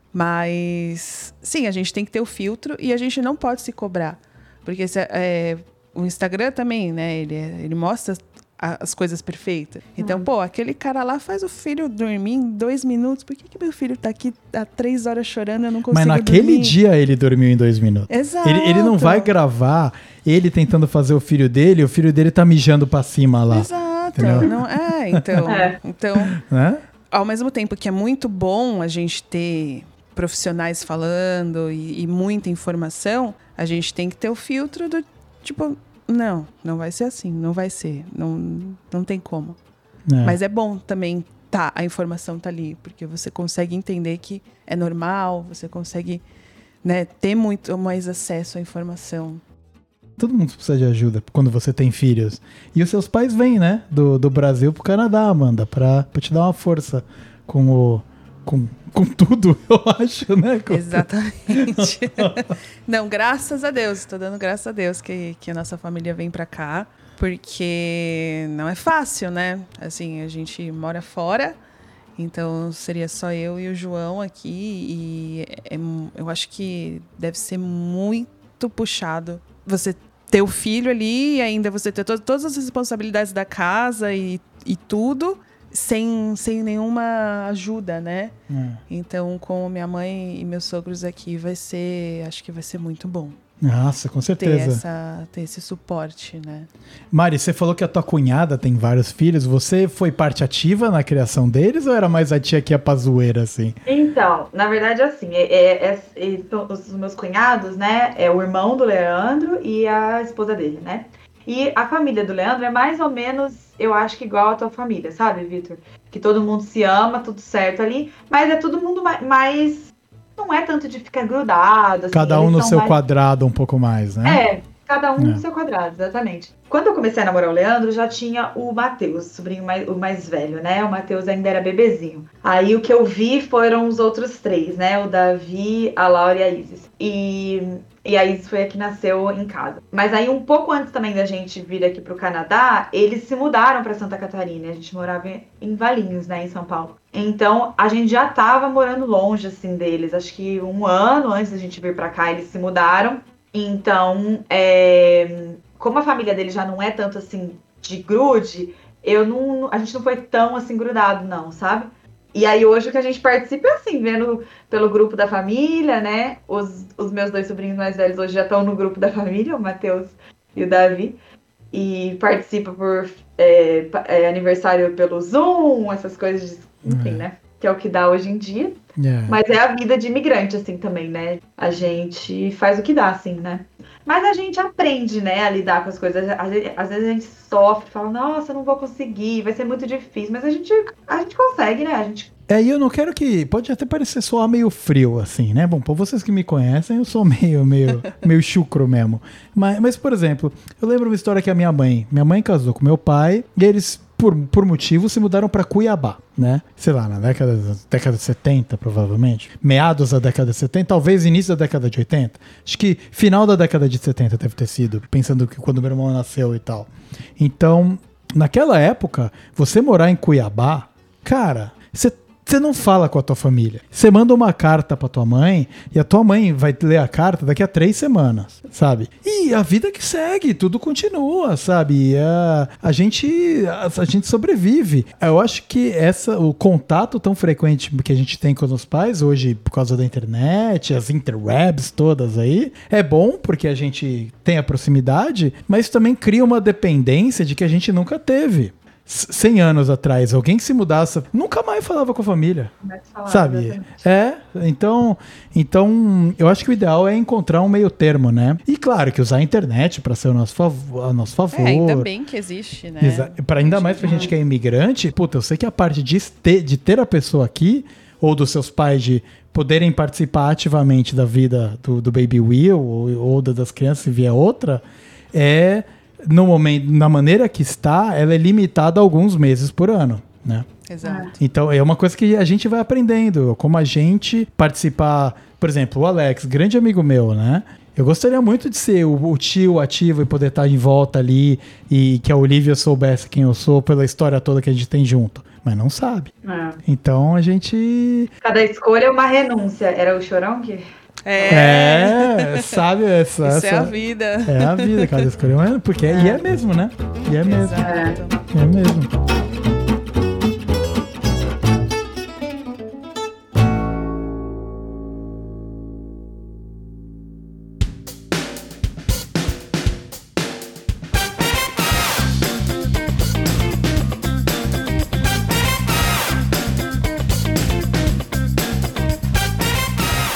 Mas, sim, a gente tem que ter o filtro e a gente não pode se cobrar. Porque se- é, o Instagram também, né? Ele, é- ele mostra a- as coisas perfeitas. Então, pô, aquele cara lá faz o filho dormir em dois minutos. Por que, que meu filho tá aqui há três horas chorando e eu não consigo Mas naquele dormir? dia ele dormiu em dois minutos. Exato. Ele, ele não vai gravar ele tentando fazer o filho dele, o filho dele tá mijando pra cima lá. Exato. Entendeu? Não, é, então, É. então, Né? ao mesmo tempo que é muito bom a gente ter profissionais falando e, e muita informação, a gente tem que ter o filtro do, tipo, não, não vai ser assim, não vai ser, não, não tem como. É. Mas é bom também, tá, a informação tá ali, porque você consegue entender que é normal, você consegue, né, ter muito mais acesso à informação. Todo mundo precisa de ajuda quando você tem filhos. E os seus pais vêm, né, do, do Brasil pro Canadá, Amanda, pra, pra te dar uma força com o... Com, com tudo, eu acho, né? Com Exatamente. Não, graças a Deus, tô dando graças a Deus que, que a nossa família vem pra cá, porque não é fácil, né? Assim, a gente mora fora, então seria só eu e o João aqui, e é, eu acho que deve ser muito puxado você ter o filho ali e ainda você ter to- todas as responsabilidades da casa e, e tudo, sem, sem nenhuma ajuda, né? É. Então, com minha mãe e meus sogros aqui, vai ser, acho que vai ser muito bom. Nossa, com Ter, certeza. essa, ter esse suporte, né? Mari, você falou que a tua cunhada tem vários filhos. Você foi parte ativa na criação deles ou era mais a tia que ia pra zoeira, assim? Então, na verdade, assim, é, é, é, é, os meus cunhados, né, é o irmão do Leandro e a esposa dele, né? E a família do Leandro é mais ou menos, eu acho que igual a tua família, sabe, Vitor? Que todo mundo se ama, tudo certo ali, mas é todo mundo mais... mais não é tanto de ficar grudado. Assim, Cada um no seu mais... quadrado um pouco mais, né? É, cada um É. no seu quadrado, exatamente. Quando eu comecei a namorar o Leandro, já tinha o Matheus, sobrinho mais, o mais velho, né? O Matheus ainda era bebezinho. Aí o que eu vi foram os outros três, né? O Davi, a Laura e a Isis. E, e a Isis foi a que nasceu em casa. Mas aí um pouco antes também da gente vir aqui pro Canadá, eles se mudaram para Santa Catarina. A gente morava em Valinhos, né? Em São Paulo. Então, a gente já tava morando longe, assim, deles. Acho que um ano antes da gente vir pra cá, eles se mudaram. Então, é, como a família dele já não é tanto, assim, de grude, eu não, a gente não foi tão, assim, grudado, não, sabe? E aí, hoje, o que a gente participa é, assim, vendo pelo grupo da família, né? Os, os meus dois sobrinhos mais velhos hoje já estão no grupo da família, o Matheus e o Davi. E participa por é, é, aniversário pelo Zoom, essas coisas, de, enfim, É. né? Que é o que dá hoje em dia. É. Mas é a vida de imigrante, assim, também, né? A gente faz o que dá, assim, né? Mas a gente aprende, né, a lidar com as coisas. Às vezes, às vezes a gente sofre, fala, nossa, eu não vou conseguir, vai ser muito difícil. Mas a gente, a gente consegue, né? A gente... É, e eu não quero que... Pode até parecer soar meio frio, assim, né? Bom, por vocês que me conhecem, eu sou meio, meio, meio chucro mesmo. Mas, mas, por exemplo, eu lembro uma história que a minha mãe... Minha mãe casou com meu pai e eles... Por, por motivo, se mudaram para Cuiabá, né? Sei lá, na década, década de setenta, provavelmente. Meados da década de setenta, talvez início da década de oitenta. Acho que final da década de setenta deve ter sido, pensando que quando meu irmão nasceu e tal. Então, naquela época, você morar em Cuiabá, cara, você Você não fala com a tua família. Você manda uma carta pra tua mãe e a tua mãe vai ler a carta daqui a três semanas, sabe? E a vida que segue, tudo continua, sabe? A, a, gente, a, a gente sobrevive. Eu acho que essa, o contato tão frequente que a gente tem com os pais hoje, por causa da internet, as interwebs todas aí, é bom porque a gente tem a proximidade, mas também cria uma dependência de que a gente nunca teve. cem anos atrás, alguém que se mudasse nunca mais falava com a família, falar, sabe? exatamente. É, então, então eu acho que o ideal é encontrar um meio termo, né? E claro que usar a internet para ser o nosso favor, a nosso favor. É, ainda bem que existe, né? Exa- pra, ainda mais pra gente que é imigrante, puta, eu sei que a parte de ter, de ter a pessoa aqui, ou dos seus pais de poderem participar ativamente da vida do, do Baby Will, ou, ou da- das crianças se vier outra, é... No momento, na maneira que está, ela é limitada a alguns meses por ano, né? Exato. Então é uma coisa que a gente vai aprendendo, como a gente participar, por exemplo, o Alex, grande amigo meu, né? Eu gostaria muito de ser o, o tio ativo e poder estar em volta ali e que a Olivia soubesse quem eu sou pela história toda que a gente tem junto, mas não sabe. É. Então a gente Cada escolha é uma renúncia. Era o Chorão que... é, sabe essa, Isso essa é a vida. é a vida, cada escolha, é uma- porque e é mesmo, né? E é mesmo, Exato. é mesmo.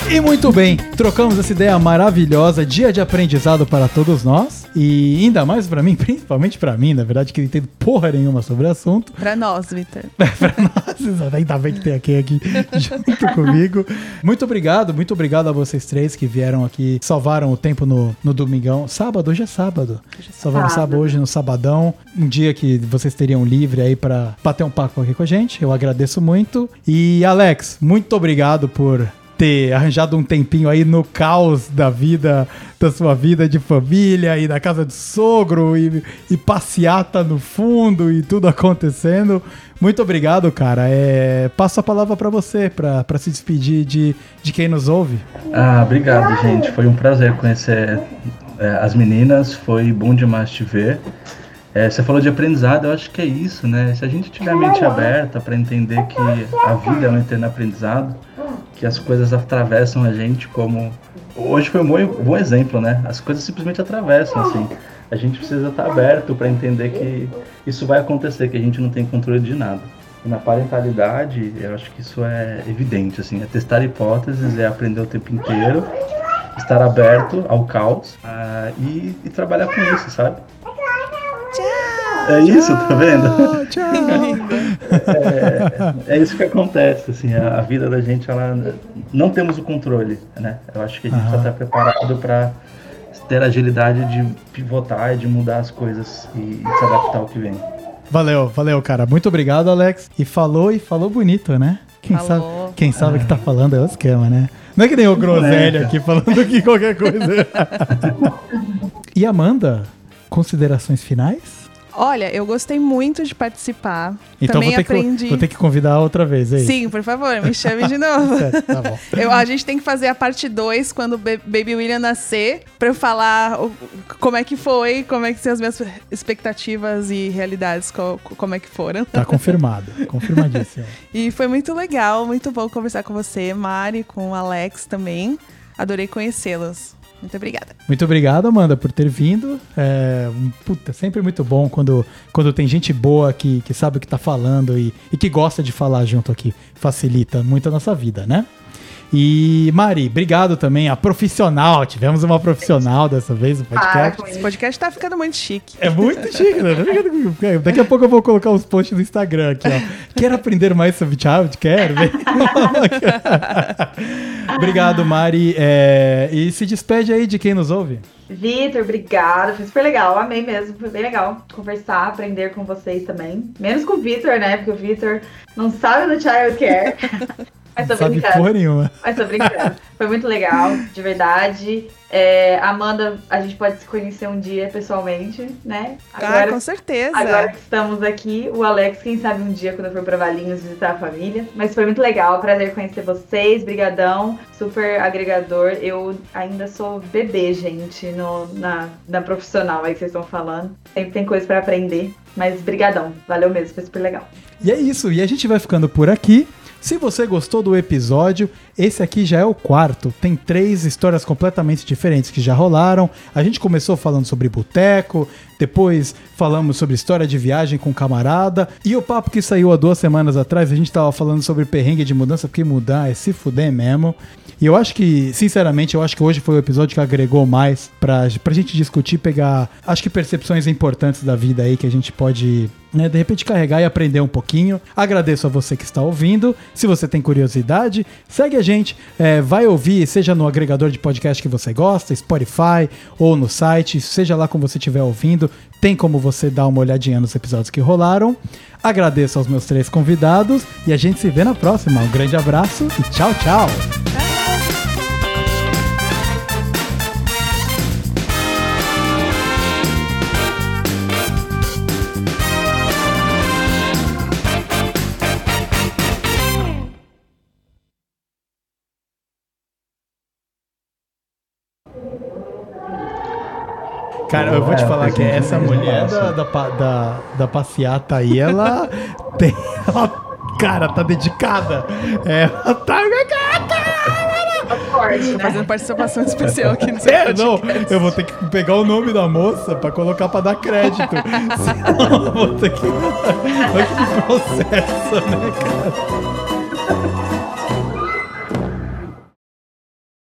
E muito bem, trocamos essa ideia maravilhosa, dia de aprendizado para todos nós. E ainda mais pra mim, principalmente pra mim, na verdade, que não entendo porra nenhuma sobre o assunto. Pra nós, Vitor. Pra nós, ainda bem que tem aqui, aqui junto comigo. Muito obrigado, muito obrigado a vocês três que vieram aqui, salvaram o tempo no, no domingão. Sábado, hoje é sábado. Hoje é salvaram sábado. sábado hoje no sabadão. Um dia que vocês teriam livre aí pra bater um papo aqui com a gente. Eu agradeço muito. E Alex, muito obrigado por ter arranjado um tempinho aí no caos da vida, da sua vida de família e da casa do sogro e, e passeata no fundo e tudo acontecendo. Muito obrigado, cara. É, passo a palavra para você, para se despedir de, de quem nos ouve. Ah, obrigado, gente. Foi um prazer conhecer é, as meninas. Foi bom demais te ver. É, você falou de aprendizado, eu acho que é isso, né? Se a gente tiver a mente aberta para entender que a vida é um eterno aprendizado, que as coisas atravessam a gente como... Hoje foi um bom, bom exemplo, né? As coisas simplesmente atravessam, assim. A gente precisa estar aberto para entender que isso vai acontecer, que a gente não tem controle de nada. E na parentalidade, eu acho que isso é evidente, assim. É testar hipóteses, é aprender o tempo inteiro, estar aberto ao caos uh, e, e trabalhar com isso, sabe? É isso, tá vendo? Tchau, é, é isso que acontece, assim, a, a vida da gente, ela não temos o controle, né? Eu acho que a gente uhum. precisa estar preparado para ter a agilidade de pivotar e de mudar as coisas e, e se adaptar ao que vem. Valeu, valeu, cara. Muito obrigado, Alex. E falou, e falou bonito, né? Quem falou. sabe, quem sabe o que tá falando é o esquema, né? Não é que nem o Groselha aqui falando aqui qualquer coisa. E Amanda, considerações finais? Olha, eu gostei muito de participar. Então Também vou ter, aprendi... que, vou ter que convidar outra vez, é isso? Sim, por favor, me chame de novo. Certo, tá bom. Eu, a gente tem que fazer a parte dois quando o Baby William nascer, pra eu falar o, como é que foi, como é que são as minhas expectativas e realidades, co, como é que foram. Tá confirmado, confirmadíssimo. E foi muito legal, muito bom conversar com você, Mari, com o Alex também. Adorei conhecê-los. Muito obrigada. Muito obrigado, Amanda, por ter vindo. É, puta, sempre muito bom quando, quando tem gente boa que, que sabe o que tá falando e, e que gosta de falar junto aqui. Facilita muito a nossa vida, né? E, Mari, obrigado também, a profissional. Tivemos uma profissional dessa vez no podcast. Ah, esse podcast tá ficando muito chique. É muito chique, né? Daqui a pouco eu vou colocar os posts no Instagram aqui, ó. Quer aprender mais sobre Child? Quero. Obrigado, Mari. É, e se despede aí de quem nos ouve. Vitor, obrigada. Foi super legal. Amei mesmo. Foi bem legal conversar, aprender com vocês também. Menos com o Vitor, né? Porque o Vitor não sabe do Child Care. Mas tô não brincando. Sabe porra nenhuma. Mas tô brincando. Foi muito legal, de verdade. É, Amanda, a gente pode se conhecer um dia pessoalmente, né? Agora, ah, com certeza. Agora que estamos aqui, o Alex, quem sabe um dia quando eu for pra Valinhos visitar a família. Mas foi muito legal, prazer conhecer vocês, brigadão, super agregador. Eu ainda sou bebê, gente, no, na, na profissional aí que vocês estão falando. Sempre tem coisa pra aprender, mas brigadão, valeu mesmo, foi super legal. E é isso, e a gente vai ficando por aqui. Se você gostou do episódio, esse aqui já é o quarto. Tem três histórias completamente diferentes que já rolaram. A gente começou falando sobre boteco, depois falamos sobre história de viagem com camarada. E o papo que saiu há duas semanas atrás, a gente tava falando sobre perrengue de mudança, porque mudar é se fuder mesmo. E eu acho que, sinceramente, eu acho que hoje foi o episódio que agregou mais pra, pra gente discutir, pegar, acho que percepções importantes da vida aí que a gente pode, né, de repente carregar e aprender um pouquinho. Agradeço a você que está ouvindo. Se você tem curiosidade, segue a gente, é, vai ouvir, seja no agregador de podcast que você gosta, Spotify ou no site, seja lá como você estiver ouvindo, tem como você dar uma olhadinha nos episódios que rolaram. Agradeço aos meus três convidados e a gente se vê na próxima. Um grande abraço e tchau, tchau! Cara, eu vou te falar que essa mulher da, da, da, da passeata aí, ela tem. Ela, cara, tá dedicada. Ela tá. Forte, né? Fazendo participação especial aqui no seu é, não, eu vou ter que pegar o nome da moça pra colocar pra dar crédito. Senão eu vou ter que. Olha que processo, né, cara?